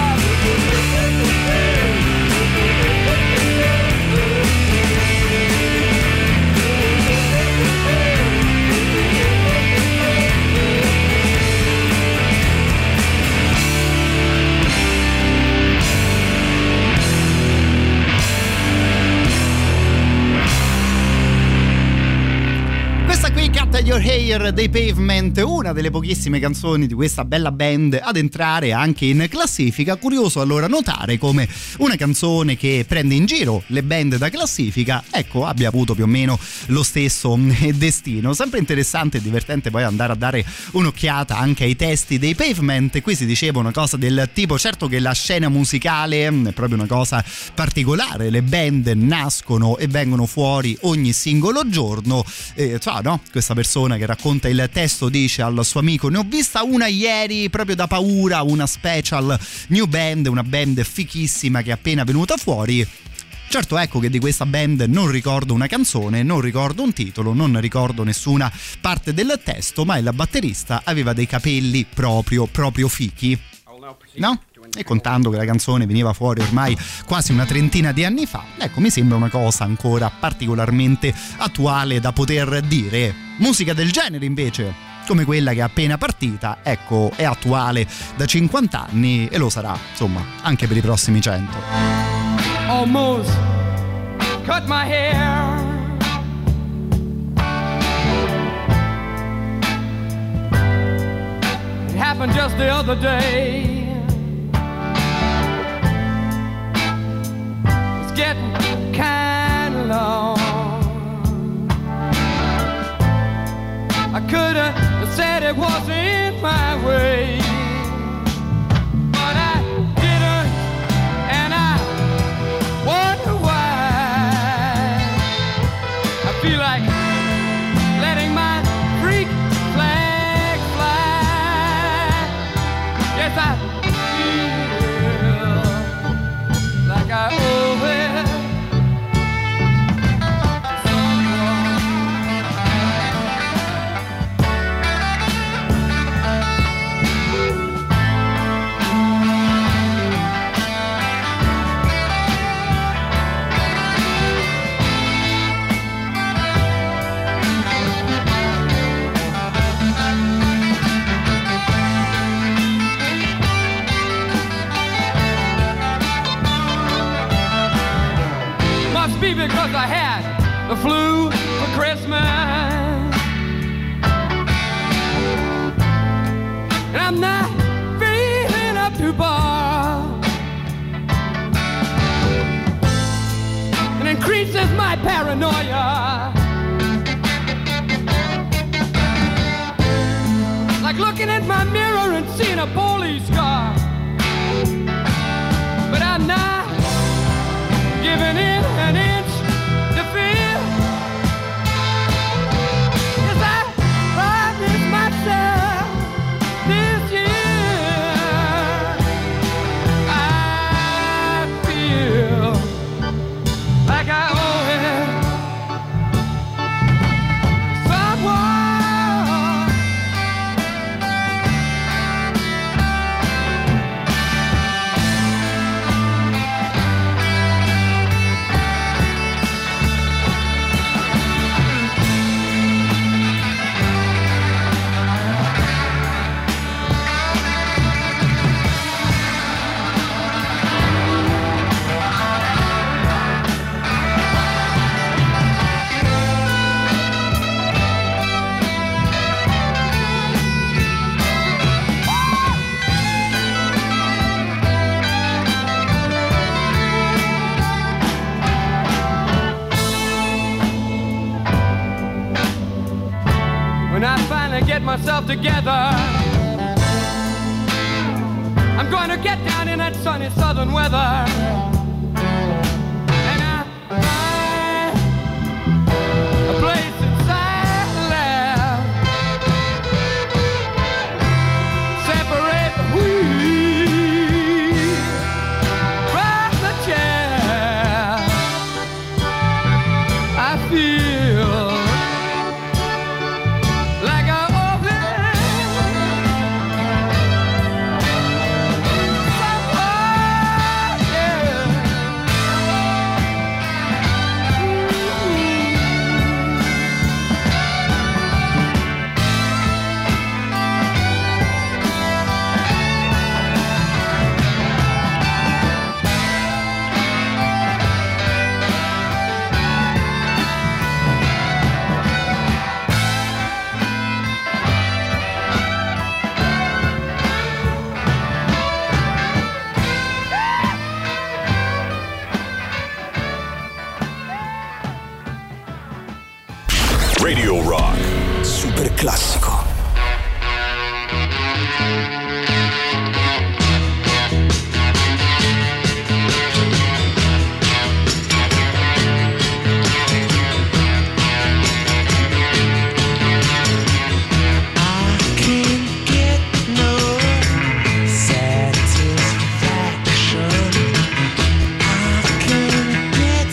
Cut Your Hair dei Pavement, una delle pochissime canzoni di questa bella band ad entrare anche in classifica. Curioso allora notare come una canzone che prende in giro le band da classifica, ecco, abbia avuto più o meno lo stesso destino. Sempre interessante e divertente poi andare a dare un'occhiata anche ai testi dei Pavement. Qui si diceva una cosa del tipo: certo che la scena musicale è proprio una cosa particolare, le band nascono e vengono fuori ogni singolo giorno, cioè, no? Questa persona che racconta il testo dice al suo amico: ne ho vista una ieri proprio da paura, una special new band, una band fichissima che è appena venuta fuori. Certo, ecco che di questa band non ricordo una canzone, non ricordo un titolo, non ricordo nessuna parte del testo, ma il batterista aveva dei capelli proprio fichi, no? E contando che la canzone veniva fuori ormai quasi una trentina di anni fa, ecco, mi sembra una cosa ancora particolarmente attuale da poter dire. Musica del genere invece, come quella che è appena partita, ecco, è attuale da 50 anni e lo sarà, insomma, anche per i prossimi 100. Almost cut my hair. It happened just the other day. It's getting kind of long. I could have said it wasn't my way, but I didn't, and I wonder why. I feel like letting my freak flag fly. Yes, I feel like I owe it. Be because I had the flu for Christmas, and I'm not feeling up to bar. It increases my paranoia, like looking at my mirror and seeing a police car. But I'm not giving in an inch to fear. Yes, I promised myself this year. I feel like I owe it to someone. When I finally get myself together, I'm going to get down in that sunny southern weather, and I find a place inside the lab, separate the wheat from the chaff. I feel like I owe it. Radio Rock. Super classico. Satisfaction. I can get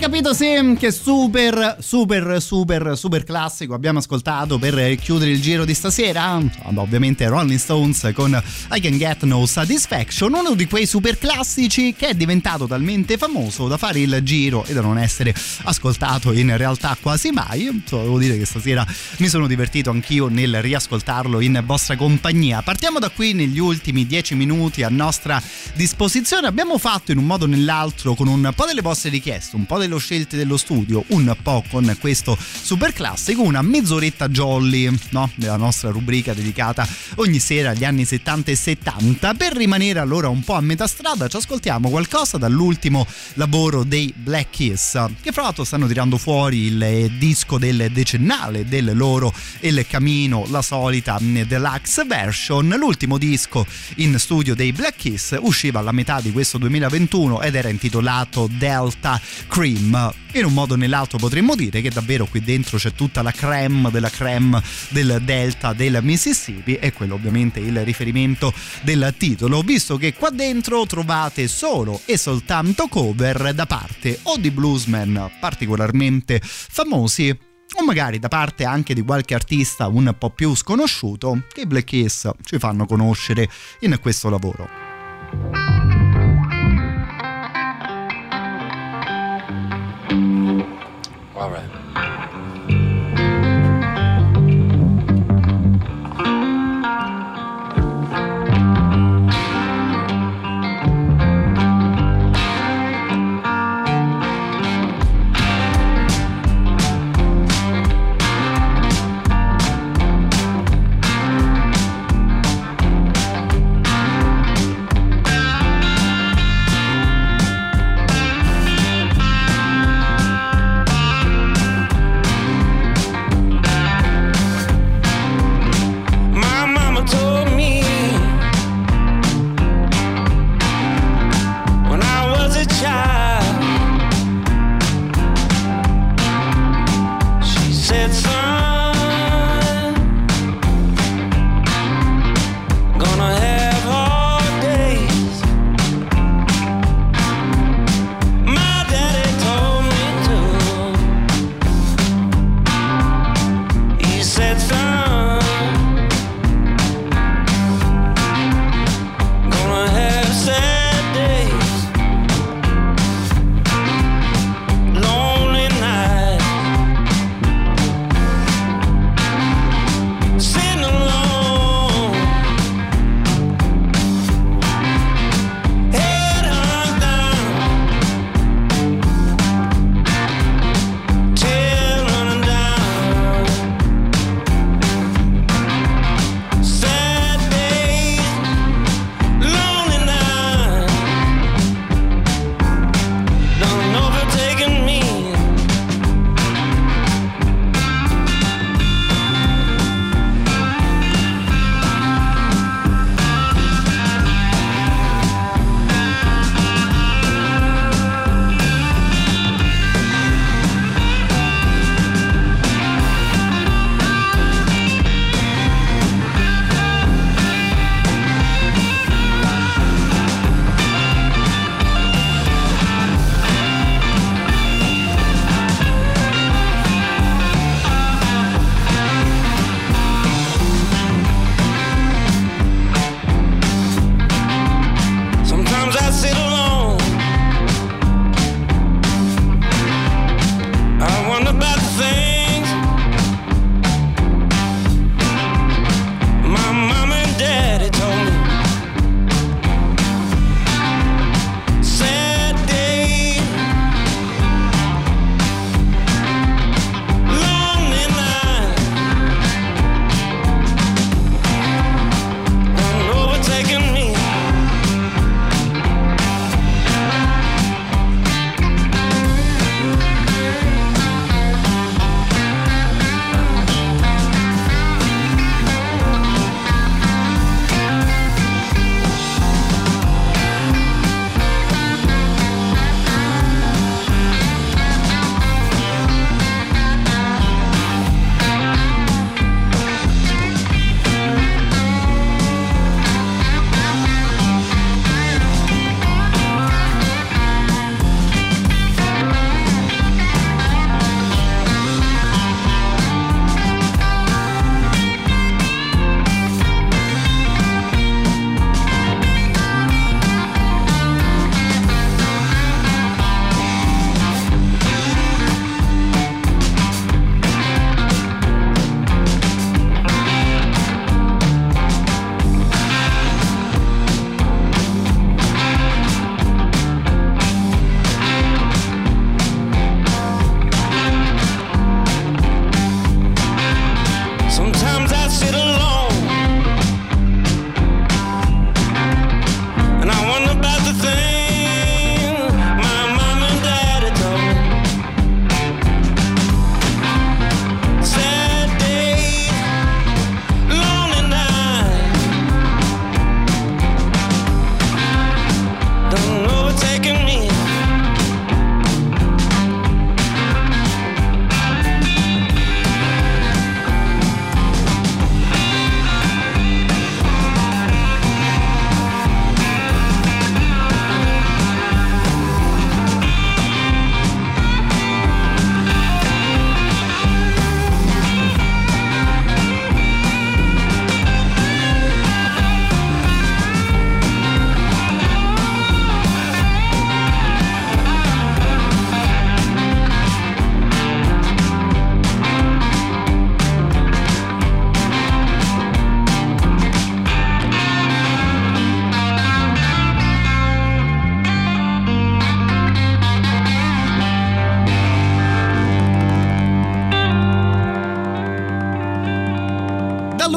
capito sì, che super classico abbiamo ascoltato per chiudere il giro di stasera? Ovviamente Rolling Stones con I Can Get No Satisfaction, uno di quei super classici che è diventato talmente famoso da fare il giro e da non essere ascoltato in realtà quasi mai. Devo dire che stasera mi sono divertito anch'io nel riascoltarlo in vostra compagnia. Partiamo da qui. Negli ultimi 10 minuti a nostra disposizione abbiamo fatto in un modo o nell'altro, con un po' delle vostre richieste, un po' delle scelte dello studio, un po' con questo super classico, una mezz'oretta jolly, no? Della nostra rubrica dedicata ogni sera agli anni 70 e 70. Per rimanere allora un po' a metà strada ci ascoltiamo qualcosa dall'ultimo lavoro dei Black Keys, che fra l'altro stanno tirando fuori il disco del decennale del loro El Camino, la solita deluxe version. L'ultimo disco in studio dei Black Keys usciva alla metà di questo 2021 ed era intitolato Delta Cream. In un modo o nell'altro potremmo dire che davvero qui dentro c'è tutta la crème della crème del delta del Mississippi, e quello ovviamente il riferimento del titolo, visto che qua dentro trovate solo e soltanto cover da parte o di bluesmen particolarmente famosi, o magari da parte anche di qualche artista un po' più sconosciuto che i Black Keys ci fanno conoscere in questo lavoro. All right.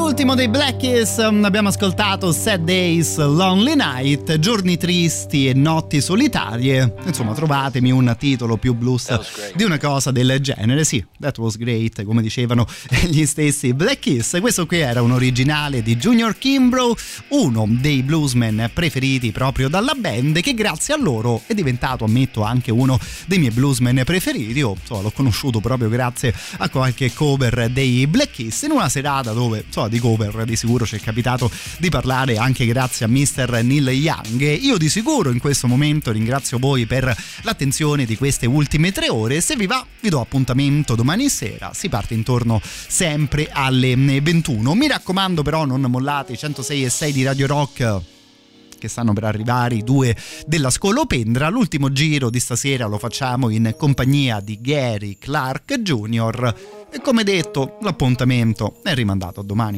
L'ultimo dei Black Keys, abbiamo ascoltato Sad Days, Lonely Night, giorni tristi e notti solitarie. Insomma, trovatemi un titolo più blues di una cosa del genere. Sì, that was great, come dicevano gli stessi Black Keys. Questo qui era un originale di Junior Kimbrough, uno dei bluesmen preferiti proprio dalla band, che grazie a loro è diventato, ammetto, anche uno dei miei bluesmen preferiti. Io l'ho conosciuto proprio grazie a qualche cover dei Black Keys, in una serata dove di cover di sicuro ci è capitato di parlare anche grazie a Mr. Neil Young. Io di sicuro in questo momento ringrazio voi per l'attenzione di queste ultime 3 ore. Se vi va, vi do appuntamento domani sera, si parte intorno sempre alle 21. Mi raccomando però, non mollate i 106.6 di Radio Rock, che stanno per arrivare i 2 della Scolopendra. L'ultimo giro di stasera lo facciamo in compagnia di Gary Clark Jr. e, come detto, l'appuntamento è rimandato a domani.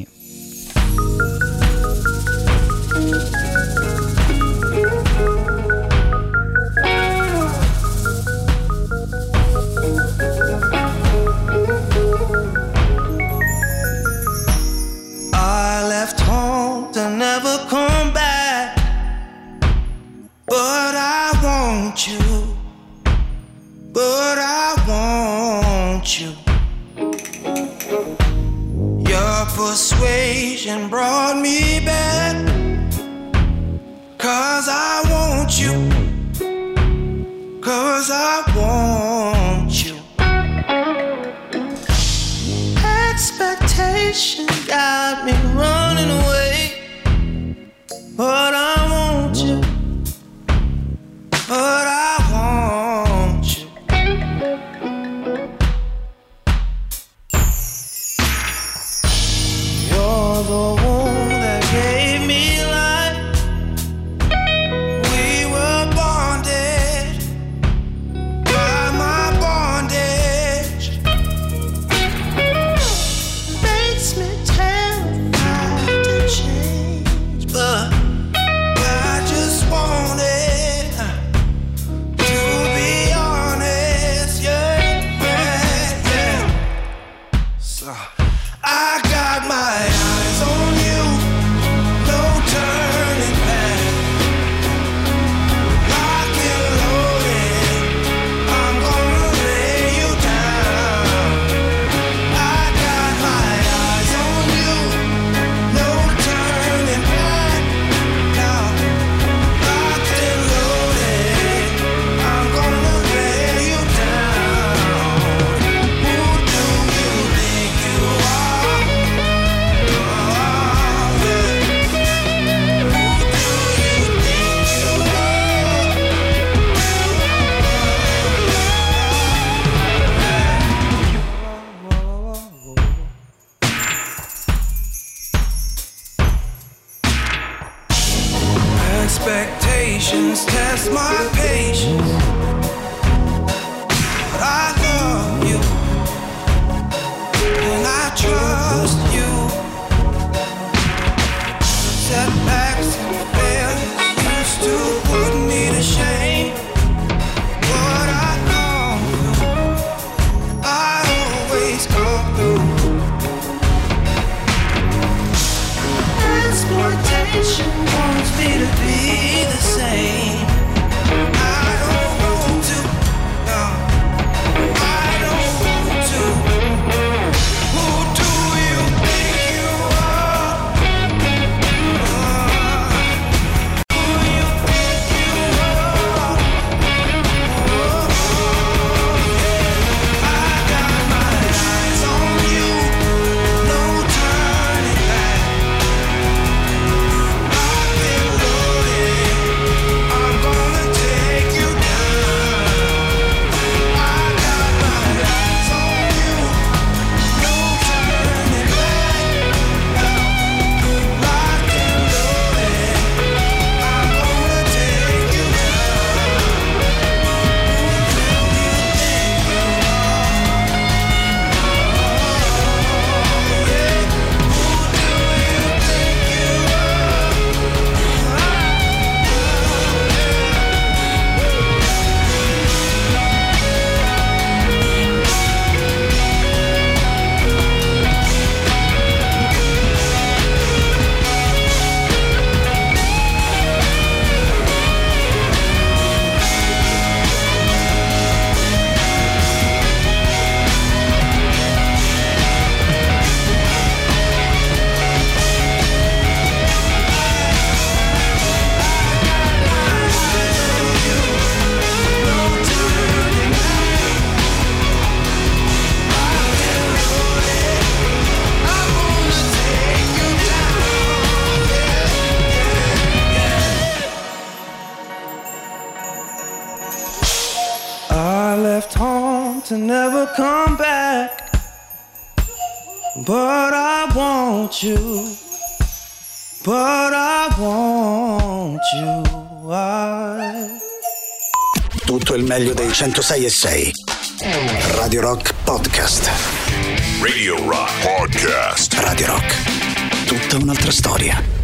I left home to never come back, but I want you, but I want you. Your persuasion brought me back, 'cause I want you, 'cause I want you. Expectation got me running away, but I want you, but I want you. You're the one that gave me life. We were bonded by my bondage. Makes me terrified to change, but I just wanted to be honest, yeah, yeah, yeah. So I got my eyes on you, no turning back. Lock and loaded, I'm gonna lay you down. I got my eyes on you, no turning back. Now, locked and loaded, I'm gonna lay you down. Who do you think you are? Oh, yeah. Who do you think you are? Expectations test my patience, but I love you and I trust you. Setbacks and failures used to put me to shame, but I come through, I always come through. Exploitation wants me to be the same. I don't want to, no, I don't want to. Who do come back, but I want you, but I want you. Tutto il meglio dei 106.6 Radio Rock Podcast. Radio Rock Podcast. Radio Rock, tutta un'altra storia.